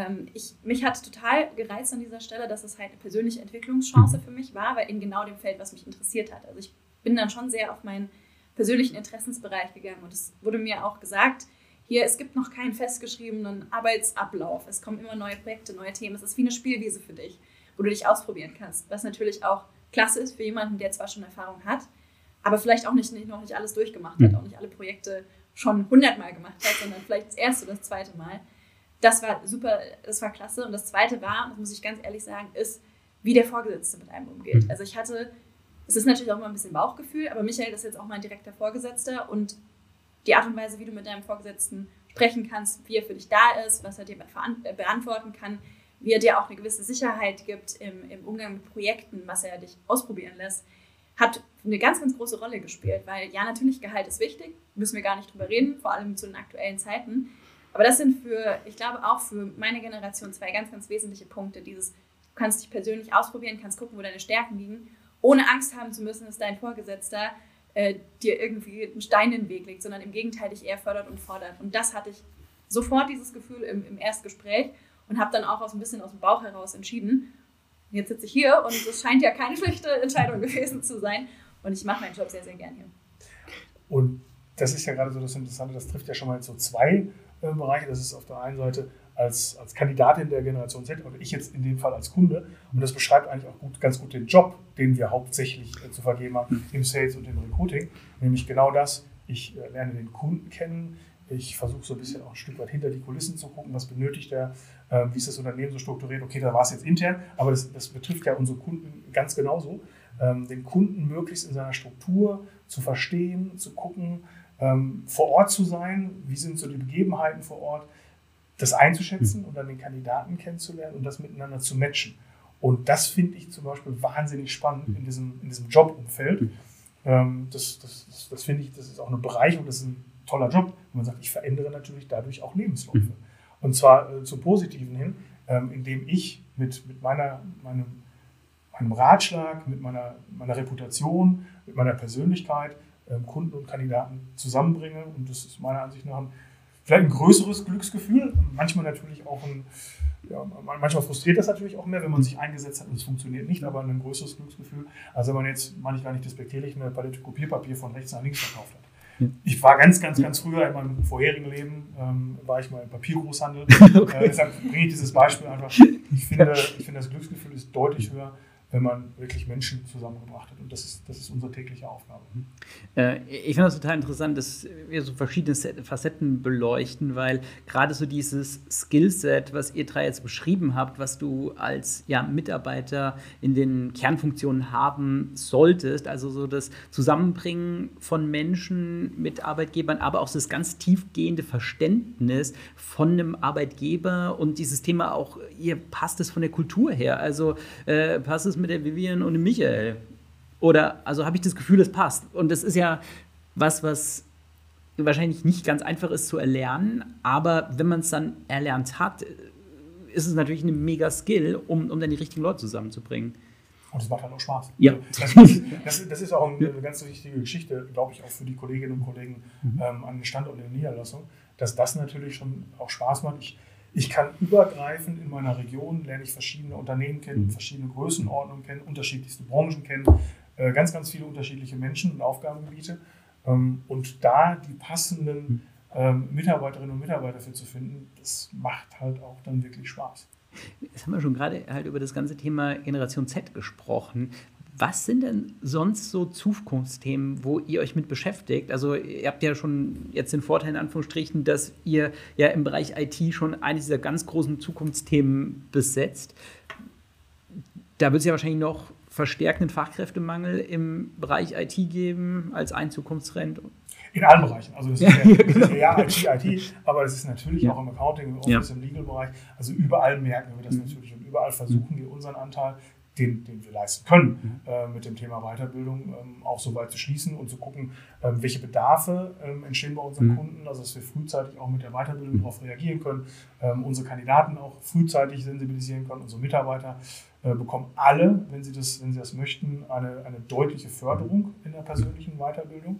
mich hat total gereizt an dieser Stelle, dass es halt eine persönliche Entwicklungschance für mich war, weil in genau dem Feld, was mich interessiert hat. Also ich bin dann schon sehr auf meinen persönlichen Interessensbereich gegangen und es wurde mir auch gesagt, hier, es gibt noch keinen festgeschriebenen Arbeitsablauf. Es kommen immer neue Projekte, neue Themen. Es ist wie eine Spielwiese für dich, wo du dich ausprobieren kannst. Was natürlich auch klasse ist für jemanden, der zwar schon Erfahrung hat, aber vielleicht auch noch nicht alles durchgemacht hat, auch nicht alle Projekte schon 100-mal gemacht hat, sondern vielleicht das erste oder das zweite Mal. Das war super, das war klasse. Und das zweite war, das muss ich ganz ehrlich sagen, ist, wie der Vorgesetzte mit einem umgeht. Also es ist natürlich auch immer ein bisschen Bauchgefühl, aber Michael ist jetzt auch mein direkter Vorgesetzter und die Art und Weise, wie du mit deinem Vorgesetzten sprechen kannst, wie er für dich da ist, was er dir beantworten kann, wie er dir auch eine gewisse Sicherheit gibt im Umgang mit Projekten, was er dich ausprobieren lässt, hat eine ganz, ganz große Rolle gespielt. Weil ja, natürlich, Gehalt ist wichtig, müssen wir gar nicht drüber reden, vor allem zu den aktuellen Zeiten. Aber das sind ich glaube auch für meine Generation 2 ganz, ganz wesentliche Punkte. Du kannst dich persönlich ausprobieren, kannst gucken, wo deine Stärken liegen, ohne Angst haben zu müssen, dass dein Vorgesetzter dir irgendwie einen Stein in den Weg legt, sondern im Gegenteil dich eher fördert und fordert. Und das hatte ich sofort, dieses Gefühl im Erstgespräch und habe dann auch ein bisschen aus dem Bauch heraus entschieden. Und jetzt sitze ich hier und es scheint ja keine schlechte Entscheidung gewesen zu sein. Und ich mache meinen Job sehr, sehr gern hier. Und das ist ja gerade so das Interessante, das trifft ja schon mal so 2 Bereiche. Das ist auf der einen Seite als Kandidatin der Generation Z oder ich jetzt in dem Fall als Kunde. Und das beschreibt eigentlich auch ganz gut den Job, den wir hauptsächlich zu vergeben haben im Sales und im Recruiting. Nämlich genau das, ich lerne den Kunden kennen, ich versuche so ein bisschen auch ein Stück weit hinter die Kulissen zu gucken, was benötigt er, wie ist das Unternehmen so strukturiert. Okay, da war es jetzt intern, aber das betrifft ja unsere Kunden ganz genauso. Den Kunden möglichst in seiner Struktur zu verstehen, zu gucken, vor Ort zu sein, wie sind so die Begebenheiten vor Ort, das einzuschätzen und dann den Kandidaten kennenzulernen und das miteinander zu matchen. Und das finde ich zum Beispiel wahnsinnig spannend in diesem Jobumfeld. Das finde ich, das ist auch eine Bereicherung, das ist ein toller Job. Und man sagt, ich verändere natürlich dadurch auch Lebensläufe. Und zwar zum Positiven hin, indem ich mit meinem Ratschlag, mit meiner Reputation, mit meiner Persönlichkeit Kunden und Kandidaten zusammenbringe. Und das ist meiner Ansicht nach vielleicht ein größeres Glücksgefühl. Manchmal natürlich auch manchmal frustriert das natürlich auch mehr, wenn man sich eingesetzt hat und es funktioniert nicht, aber ein größeres Glücksgefühl, als wenn man jetzt, meine ich gar nicht despektierlich, eine Palette Kopierpapier von rechts nach links verkauft hat. Ich war ganz früher in meinem vorherigen Leben, war ich mal im Papiergroßhandel. Deshalb bringe ich dieses Beispiel einfach. Ich finde, das Glücksgefühl ist deutlich höher, wenn man wirklich Menschen zusammengebracht hat. Und das ist unsere tägliche Aufgabe. Ich finde das total interessant, dass wir so verschiedene Facetten beleuchten, weil gerade so dieses Skillset, was ihr drei jetzt beschrieben habt, was du als Mitarbeiter in den Kernfunktionen haben solltest, also so das Zusammenbringen von Menschen mit Arbeitgebern, aber auch das ganz tiefgehende Verständnis von einem Arbeitgeber und dieses Thema auch, ihr passt es von der Kultur her, also passt es mit der Vivian und dem Michael? Oder, also habe ich das Gefühl, es passt. Und das ist ja was wahrscheinlich nicht ganz einfach ist zu erlernen, aber wenn man es dann erlernt hat, ist es natürlich ein mega Skill, um dann die richtigen Leute zusammenzubringen. Und es macht halt auch Spaß. Ja. Das ist auch eine ganz wichtige Geschichte, glaube ich, auch für die Kolleginnen und Kollegen an den Standort in der Niederlassung, dass das natürlich schon auch Spaß macht. Ich kann übergreifend in meiner Region, lerne ich verschiedene Unternehmen kennen, verschiedene Größenordnungen kennen, unterschiedlichste Branchen kennen, ganz viele unterschiedliche Menschen und Aufgabengebiete. Und da die passenden Mitarbeiterinnen und Mitarbeiter für zu finden, das macht halt auch dann wirklich Spaß. Jetzt haben wir schon gerade halt über das ganze Thema Generation Z gesprochen. Was sind denn sonst so Zukunftsthemen, wo ihr euch mit beschäftigt? Also ihr habt ja schon jetzt den Vorteil in Anführungsstrichen, dass ihr ja im Bereich IT schon eines dieser ganz großen Zukunftsthemen besetzt. Da wird es ja wahrscheinlich noch verstärkenden Fachkräftemangel im Bereich IT geben als ein Zukunftstrend. In allen Bereichen. Also das ist ja IT, aber das ist natürlich auch im Accounting, im Office, im Legal-Bereich. Also überall merken wir das natürlich und überall versuchen wir unseren Anteil, den wir leisten können, mit dem Thema Weiterbildung auch so weit zu schließen und zu gucken, welche Bedarfe entstehen bei unseren Kunden, also dass wir frühzeitig auch mit der Weiterbildung darauf reagieren können, unsere Kandidaten auch frühzeitig sensibilisieren können, unsere Mitarbeiter bekommen alle, wenn sie das möchten, eine deutliche Förderung in der persönlichen Weiterbildung.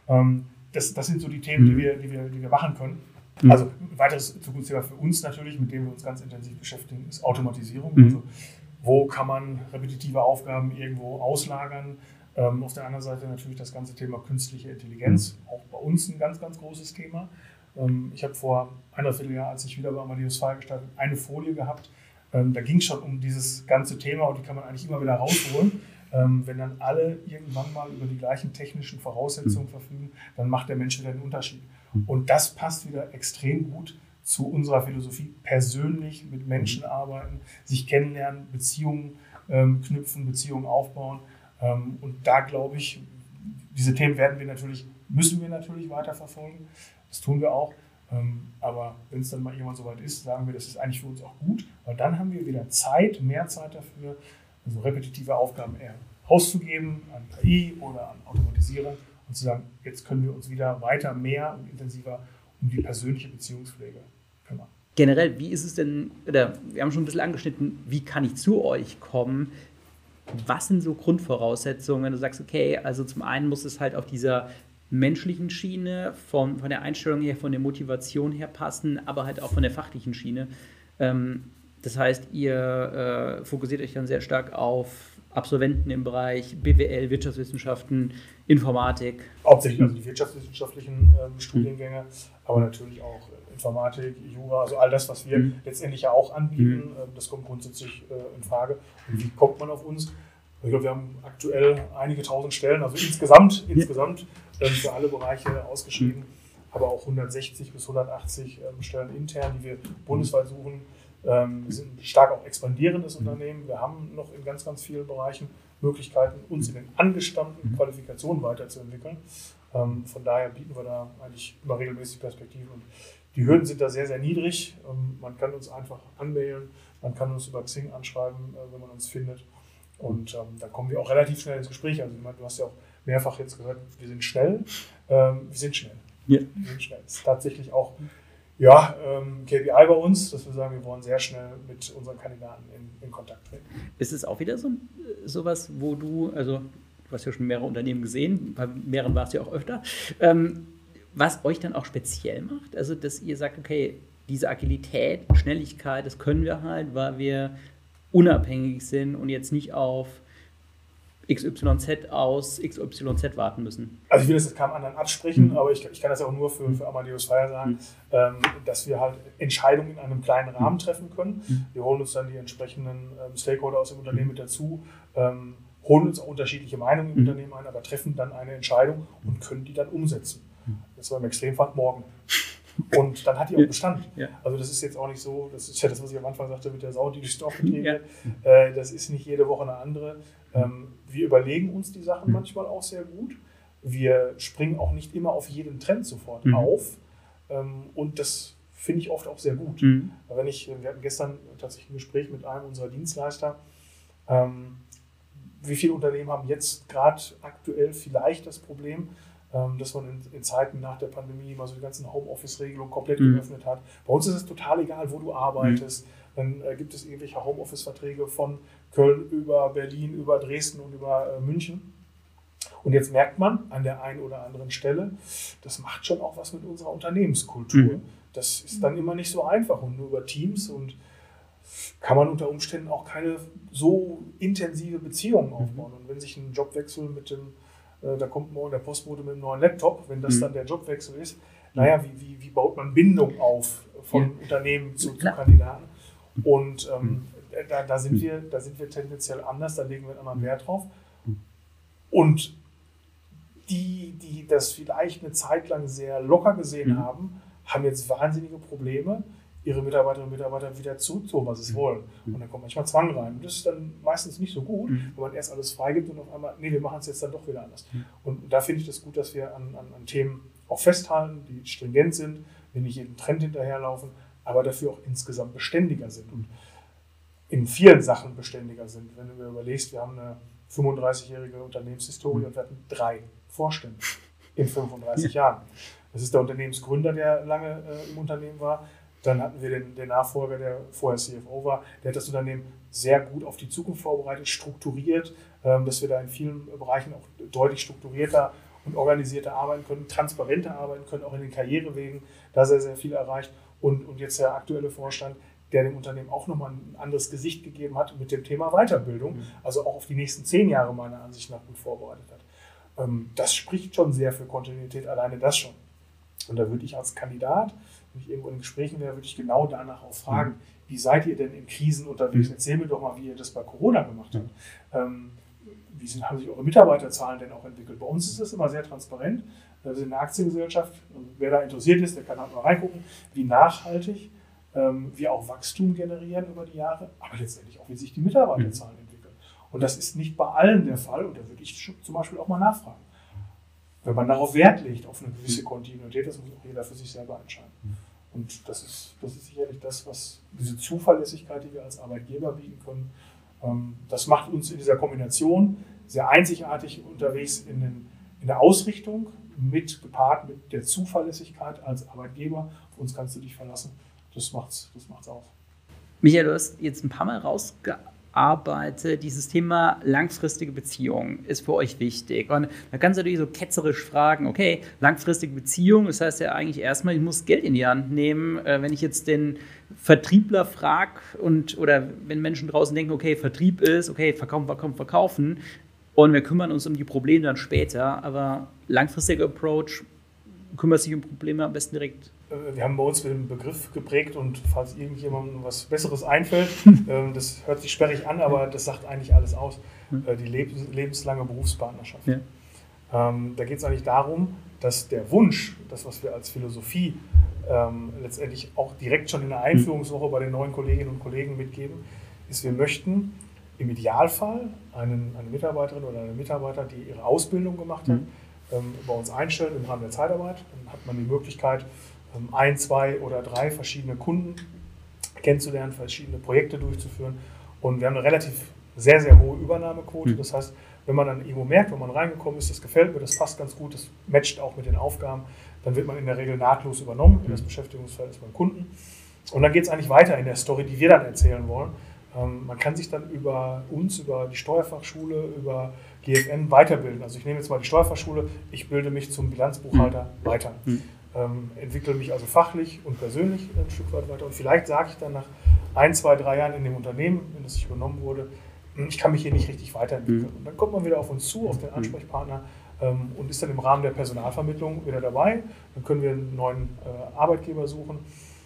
Das sind so die Themen, die wir machen können. Also ein weiteres Zukunftsthema für uns natürlich, mit dem wir uns ganz intensiv beschäftigen, ist Automatisierung. Also wo kann man repetitive Aufgaben irgendwo auslagern? Auf der anderen Seite natürlich das ganze Thema künstliche Intelligenz, auch bei uns ein ganz, ganz großes Thema. Ich habe vor 1,5 Jahr, als ich wieder bei Amadeus FiRe gestartet habe, eine Folie gehabt. Da ging es schon um dieses ganze Thema und die kann man eigentlich immer wieder rausholen. Wenn dann alle irgendwann mal über die gleichen technischen Voraussetzungen verfügen, dann macht der Mensch wieder den Unterschied. Und das passt wieder extrem gut zu unserer Philosophie, persönlich mit Menschen arbeiten, sich kennenlernen, Beziehungen knüpfen, Beziehungen aufbauen. Und da glaube ich, diese Themen müssen wir natürlich weiterverfolgen. Das tun wir auch. Aber wenn es dann mal irgendwann soweit ist, sagen wir, das ist eigentlich für uns auch gut, weil dann haben wir wieder mehr Zeit dafür, also repetitive Aufgaben eher auszugeben an KI oder an Automatisierung und zu sagen, jetzt können wir uns wieder weiter, mehr und intensiver um die persönliche Beziehungspflege kümmern. Generell, wie ist es denn, oder wir haben schon ein bisschen angeschnitten, wie kann ich zu euch kommen? Was sind so Grundvoraussetzungen, wenn du sagst, okay, also zum einen muss es halt auf dieser menschlichen Schiene, von der Einstellung her, von der Motivation her passen, aber halt auch von der fachlichen Schiene. Das heißt, ihr fokussiert euch dann sehr stark auf Absolventen im Bereich BWL, Wirtschaftswissenschaften, Informatik. Hauptsächlich also die wirtschaftswissenschaftlichen Studiengänge, aber natürlich auch Informatik, Jura, also all das, was wir letztendlich ja auch anbieten, das kommt grundsätzlich in Frage. Und wie kommt man auf uns? Ich glaube, wir haben aktuell einige tausend Stellen, also insgesamt für alle Bereiche ausgeschrieben, aber auch 160 bis 180 Stellen intern, die wir bundesweit suchen. Wir sind ein stark auch expandierendes Unternehmen. Wir haben noch in ganz, ganz vielen Bereichen Möglichkeiten, uns in den angestammten Qualifikationen weiterzuentwickeln. Von daher bieten wir da eigentlich immer regelmäßig Perspektiven. Und die Hürden sind da sehr, sehr niedrig. Man kann uns einfach anmailen, man kann uns über Xing anschreiben, wenn man uns findet. Und da kommen wir auch relativ schnell ins Gespräch. Also du hast ja auch mehrfach jetzt gehört, wir sind schnell. Wir sind schnell. Ja. Wir sind schnell. Das ist tatsächlich auch KPI bei uns, dass wir sagen, wir wollen sehr schnell mit unseren Kandidaten in Kontakt treten. Ist es auch wieder sowas, wo du hast ja schon mehrere Unternehmen gesehen, bei mehreren warst du ja auch öfter, was euch dann auch speziell macht? Also, dass ihr sagt, okay, diese Agilität, Schnelligkeit, das können wir halt, weil wir unabhängig sind und jetzt nicht auf XYZ aus XYZ warten müssen. Also ich will das jetzt keinem anderen absprechen, aber ich kann das ja auch nur für Amadeus Fire sagen, dass wir halt Entscheidungen in einem kleinen Rahmen treffen können. Wir holen uns dann die entsprechenden Stakeholder aus dem Unternehmen mit dazu, holen uns auch unterschiedliche Meinungen im Unternehmen ein, aber treffen dann eine Entscheidung und können die dann umsetzen. Das war im Extremfall morgen. Und dann hat die auch Bestand. Ja. Also das ist jetzt auch nicht so, das ist ja das, was ich am Anfang sagte mit der Sau, die durchs Dorf getrieben wird. Das ist nicht jede Woche eine andere. Wir überlegen uns die Sachen manchmal auch sehr gut. Wir springen auch nicht immer auf jeden Trend sofort auf. Und das finde ich oft auch sehr gut. Wir hatten gestern tatsächlich ein Gespräch mit einem unserer Dienstleister. Wie viele Unternehmen haben jetzt gerade aktuell vielleicht das Problem, dass man in Zeiten nach der Pandemie mal so die ganzen Homeoffice-Regelungen komplett geöffnet hat. Bei uns ist es total egal, wo du arbeitest. Dann gibt es irgendwelche Homeoffice-Verträge von Köln über Berlin, über Dresden und über München. Und jetzt merkt man an der einen oder anderen Stelle, das macht schon auch was mit unserer Unternehmenskultur. Das ist dann immer nicht so einfach und nur über Teams und kann man unter Umständen auch keine so intensive Beziehung aufbauen. Und wenn sich ein Jobwechsel da kommt morgen der Postbote mit einem neuen Laptop, wenn das dann der Jobwechsel ist, wie baut man Bindung auf von Unternehmen zu Kandidaten? Und da sind wir tendenziell anders, da legen wir einen anderen Wert drauf. Und die das vielleicht eine Zeit lang sehr locker gesehen haben jetzt wahnsinnige Probleme, ihre Mitarbeiterinnen und Mitarbeiter wieder zurückzuholen, was sie wollen. Und dann kommt manchmal Zwang rein. Und das ist dann meistens nicht so gut, wenn man erst alles freigibt und auf einmal, wir machen es jetzt dann doch wieder anders. Und da finde ich das gut, dass wir an Themen auch festhalten, die stringent sind, wir nicht jedem Trend hinterherlaufen, aber dafür auch insgesamt beständiger sind und in vielen Sachen beständiger sind. Wenn du mir überlegst, wir haben eine 35-jährige Unternehmenshistorie und wir hatten 3 Vorstände in 35 Jahren. Das ist der Unternehmensgründer, der lange im Unternehmen war. Dann hatten wir den Nachfolger, der vorher CFO war. Der hat das Unternehmen sehr gut auf die Zukunft vorbereitet, strukturiert, dass wir da in vielen Bereichen auch deutlich strukturierter und organisierter arbeiten können, transparenter arbeiten können, auch in den Karrierewegen, da sehr, sehr viel erreicht. Und jetzt der aktuelle Vorstand, der dem Unternehmen auch nochmal ein anderes Gesicht gegeben hat mit dem Thema Weiterbildung, also auch auf die nächsten 10 Jahre meiner Ansicht nach gut vorbereitet hat. Das spricht schon sehr für Kontinuität, alleine das schon. Und da würde ich als Kandidat, wenn ich irgendwo in Gesprächen wäre, würde ich genau danach auch fragen, wie seid ihr denn in Krisen unterwegs? Erzähl mir doch mal, wie ihr das bei Corona gemacht habt. Wie haben sich eure Mitarbeiterzahlen denn auch entwickelt? Bei uns ist das immer sehr transparent. Wir sind eine Aktiengesellschaft. Wer da interessiert ist, der kann halt mal reingucken, wie nachhaltig wir auch Wachstum generieren über die Jahre, aber letztendlich auch, wie sich die Mitarbeiterzahlen entwickeln. Und das ist nicht bei allen der Fall. Und da würde ich zum Beispiel auch mal nachfragen. Wenn man darauf Wert legt, auf eine gewisse Kontinuität, das muss auch jeder für sich selber entscheiden. Und das ist sicherlich das, was diese Zuverlässigkeit, die wir als Arbeitgeber bieten können, das macht uns in dieser Kombination sehr einzigartig unterwegs in der Ausrichtung, gepaart mit der Zuverlässigkeit als Arbeitgeber. Auf uns kannst du dich verlassen. Das macht's aus. Michael, du hast jetzt ein paar Mal rausgearbeitet, dieses Thema langfristige Beziehungen ist für euch wichtig. Und da kannst du natürlich so ketzerisch fragen, okay, langfristige Beziehung, das heißt ja eigentlich erstmal, ich muss Geld in die Hand nehmen. Wenn ich jetzt den Vertriebler frage oder wenn Menschen draußen denken, okay, Vertrieb ist, okay, verkaufen und wir kümmern uns um die Probleme dann später, aber langfristiger Approach kümmert sich um Probleme am besten direkt. Wir haben bei uns den Begriff geprägt und falls irgendjemandem was Besseres einfällt, das hört sich sperrig an, aber das sagt eigentlich alles aus, die lebenslange Berufspartnerschaft. Ja. Da geht es eigentlich darum, dass der Wunsch, das was wir als Philosophie letztendlich auch direkt schon in der Einführungswoche bei den neuen Kolleginnen und Kollegen mitgeben, ist, wir möchten im Idealfall eine Mitarbeiterin oder einen Mitarbeiter, die ihre Ausbildung gemacht hat, bei uns einstellen im Rahmen der Zeitarbeit. Dann hat man die Möglichkeit, 1, 2 oder 3 verschiedene Kunden kennenzulernen, verschiedene Projekte durchzuführen. Und wir haben eine relativ sehr, sehr hohe Übernahmequote. Das heißt, wenn man dann irgendwo merkt, wenn man reingekommen ist, das gefällt mir, das passt ganz gut, das matcht auch mit den Aufgaben, dann wird man in der Regel nahtlos übernommen in das Beschäftigungsverhältnis beim Kunden. Und dann geht es eigentlich weiter in der Story, die wir dann erzählen wollen. Man kann sich dann über uns, über die Steuerfachschule, über GFN weiterbilden. Also ich nehme jetzt mal die Steuerfachschule, ich bilde mich zum Bilanzbuchhalter weiter. Entwickle mich also fachlich und persönlich ein Stück weit weiter. Und vielleicht sage ich dann nach 1, 2, 3 Jahren in dem Unternehmen, in das ich übernommen wurde, ich kann mich hier nicht richtig weiterentwickeln. Und dann kommt man wieder auf uns zu, auf den Ansprechpartner und ist dann im Rahmen der Personalvermittlung wieder dabei. Dann können wir einen neuen Arbeitgeber suchen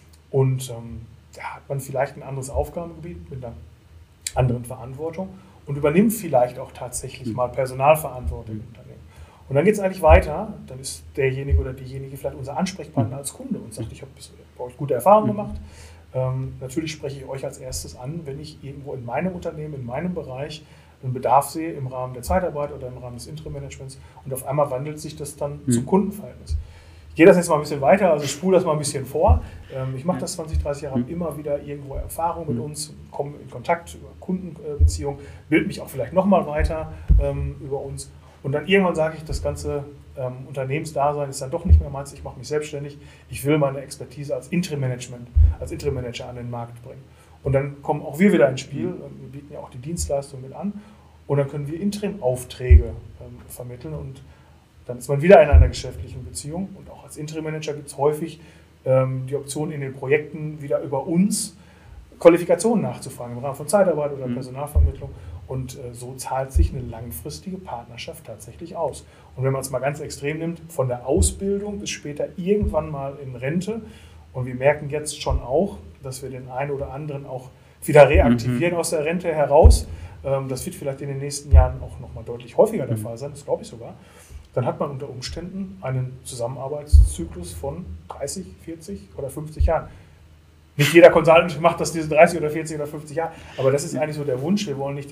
und da hat man vielleicht ein anderes Aufgabengebiet mit einer anderen Verantwortung und übernimmt vielleicht auch tatsächlich mal Personalverantwortung im Unternehmen. Und dann geht es eigentlich weiter, dann ist derjenige oder diejenige vielleicht unser Ansprechpartner als Kunde und sagt, ich habe bei euch gute Erfahrungen gemacht. Natürlich spreche ich euch als erstes an, wenn ich irgendwo in meinem Unternehmen, in meinem Bereich einen Bedarf sehe im Rahmen der Zeitarbeit oder im Rahmen des Interim-Managements und auf einmal wandelt sich das dann zum Kundenverhältnis. Ich gehe das jetzt mal ein bisschen weiter, also ich spule das mal ein bisschen vor. Ich mache das 20, 30 Jahre, habe immer wieder irgendwo Erfahrung mit uns, komme in Kontakt über Kundenbeziehungen, bilde mich auch vielleicht nochmal weiter über uns. Und dann irgendwann sage ich, das ganze Unternehmensdasein ist dann doch nicht mehr meins, ich mache mich selbstständig, ich will meine Expertise als Interim-Manager an den Markt bringen. Und dann kommen auch wir wieder ins Spiel, wir bieten ja auch die Dienstleistung mit an und dann können wir Interim-Aufträge vermitteln und dann ist man wieder in einer geschäftlichen Beziehung und auch als Interim-Manager gibt es häufig die Option in den Projekten wieder über uns Qualifikationen nachzufragen im Rahmen von Zeitarbeit oder Personalvermittlung. Und so zahlt sich eine langfristige Partnerschaft tatsächlich aus. Und wenn man es mal ganz extrem nimmt, von der Ausbildung bis später irgendwann mal in Rente. Und wir merken jetzt schon auch, dass wir den einen oder anderen auch wieder reaktivieren aus der Rente heraus. Das wird vielleicht in den nächsten Jahren auch nochmal deutlich häufiger der Fall sein, das glaube ich sogar. Dann hat man unter Umständen einen Zusammenarbeitszyklus von 30, 40 oder 50 Jahren. Nicht jeder Consultant macht das diese 30 oder 40 oder 50 Jahre, aber das ist eigentlich so der Wunsch. Wir wollen nicht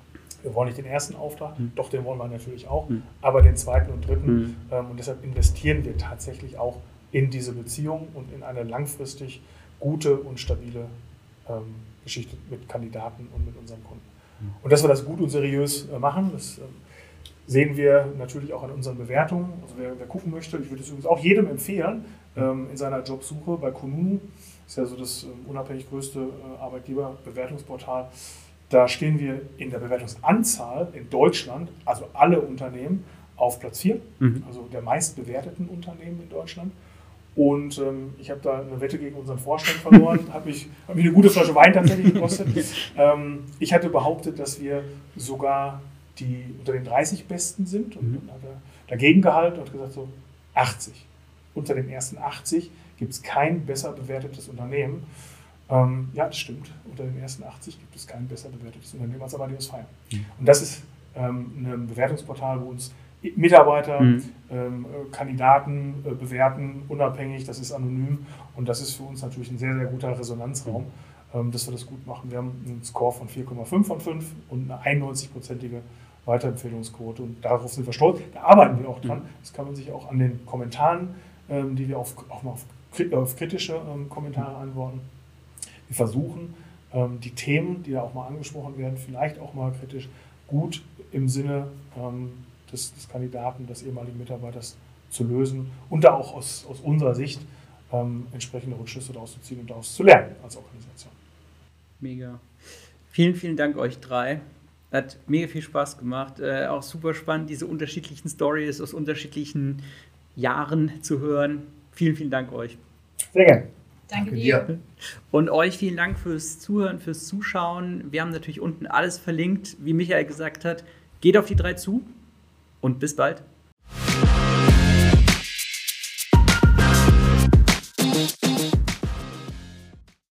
den ersten Auftrag, doch den wollen wir natürlich auch, aber den zweiten und dritten. Und deshalb investieren wir tatsächlich auch in diese Beziehung und in eine langfristig gute und stabile Geschichte mit Kandidaten und mit unseren Kunden. Und dass wir das gut und seriös machen, das sehen wir natürlich auch an unseren Bewertungen. Also wer gucken möchte, ich würde es übrigens auch jedem empfehlen, in seiner Jobsuche bei Kununu, ist ja so das unabhängig größte Arbeitgeberbewertungsportal. Da stehen wir in der Bewertungsanzahl in Deutschland, also alle Unternehmen, auf Platz 4, also der meistbewerteten Unternehmen in Deutschland. Und ich habe da eine Wette gegen unseren Vorstand verloren, hat mich eine gute Flasche Wein tatsächlich gekostet. Ich hatte behauptet, dass wir sogar die unter den 30 Besten sind und dann hat er dagegen gehalten und gesagt so 80. Unter den ersten 80 gibt es kein besser bewertetes Unternehmen. Ja, das stimmt. Unter den ersten 80 gibt es kein besser bewertetes Unternehmen als Amadeus Fire. Und das ist ein Bewertungsportal, wo uns Mitarbeiter, Kandidaten bewerten, unabhängig, das ist anonym und das ist für uns natürlich ein sehr, sehr guter Resonanzraum, dass wir das gut machen. Wir haben einen Score von 4,5 von 5 und eine 91-prozentige Weiterempfehlungsquote und darauf sind wir stolz. Da arbeiten wir auch dran. Das kann man sich auch an den Kommentaren, die wir auch mal auf kritische Kommentare antworten. Wir versuchen, die Themen, die da auch mal angesprochen werden, vielleicht auch mal kritisch, gut im Sinne des Kandidaten, des ehemaligen Mitarbeiters zu lösen und da auch aus unserer Sicht entsprechende Rückschlüsse daraus zu ziehen und daraus zu lernen als Organisation. Mega. Vielen, vielen Dank euch drei. Hat mega viel Spaß gemacht. Auch super spannend, diese unterschiedlichen Stories aus unterschiedlichen Jahren zu hören. Vielen, vielen Dank euch. Sehr gerne. Danke dir. Und euch vielen Dank fürs Zuhören, fürs Zuschauen. Wir haben natürlich unten alles verlinkt. Wie Michael gesagt hat, geht auf die 3 zu und bis bald.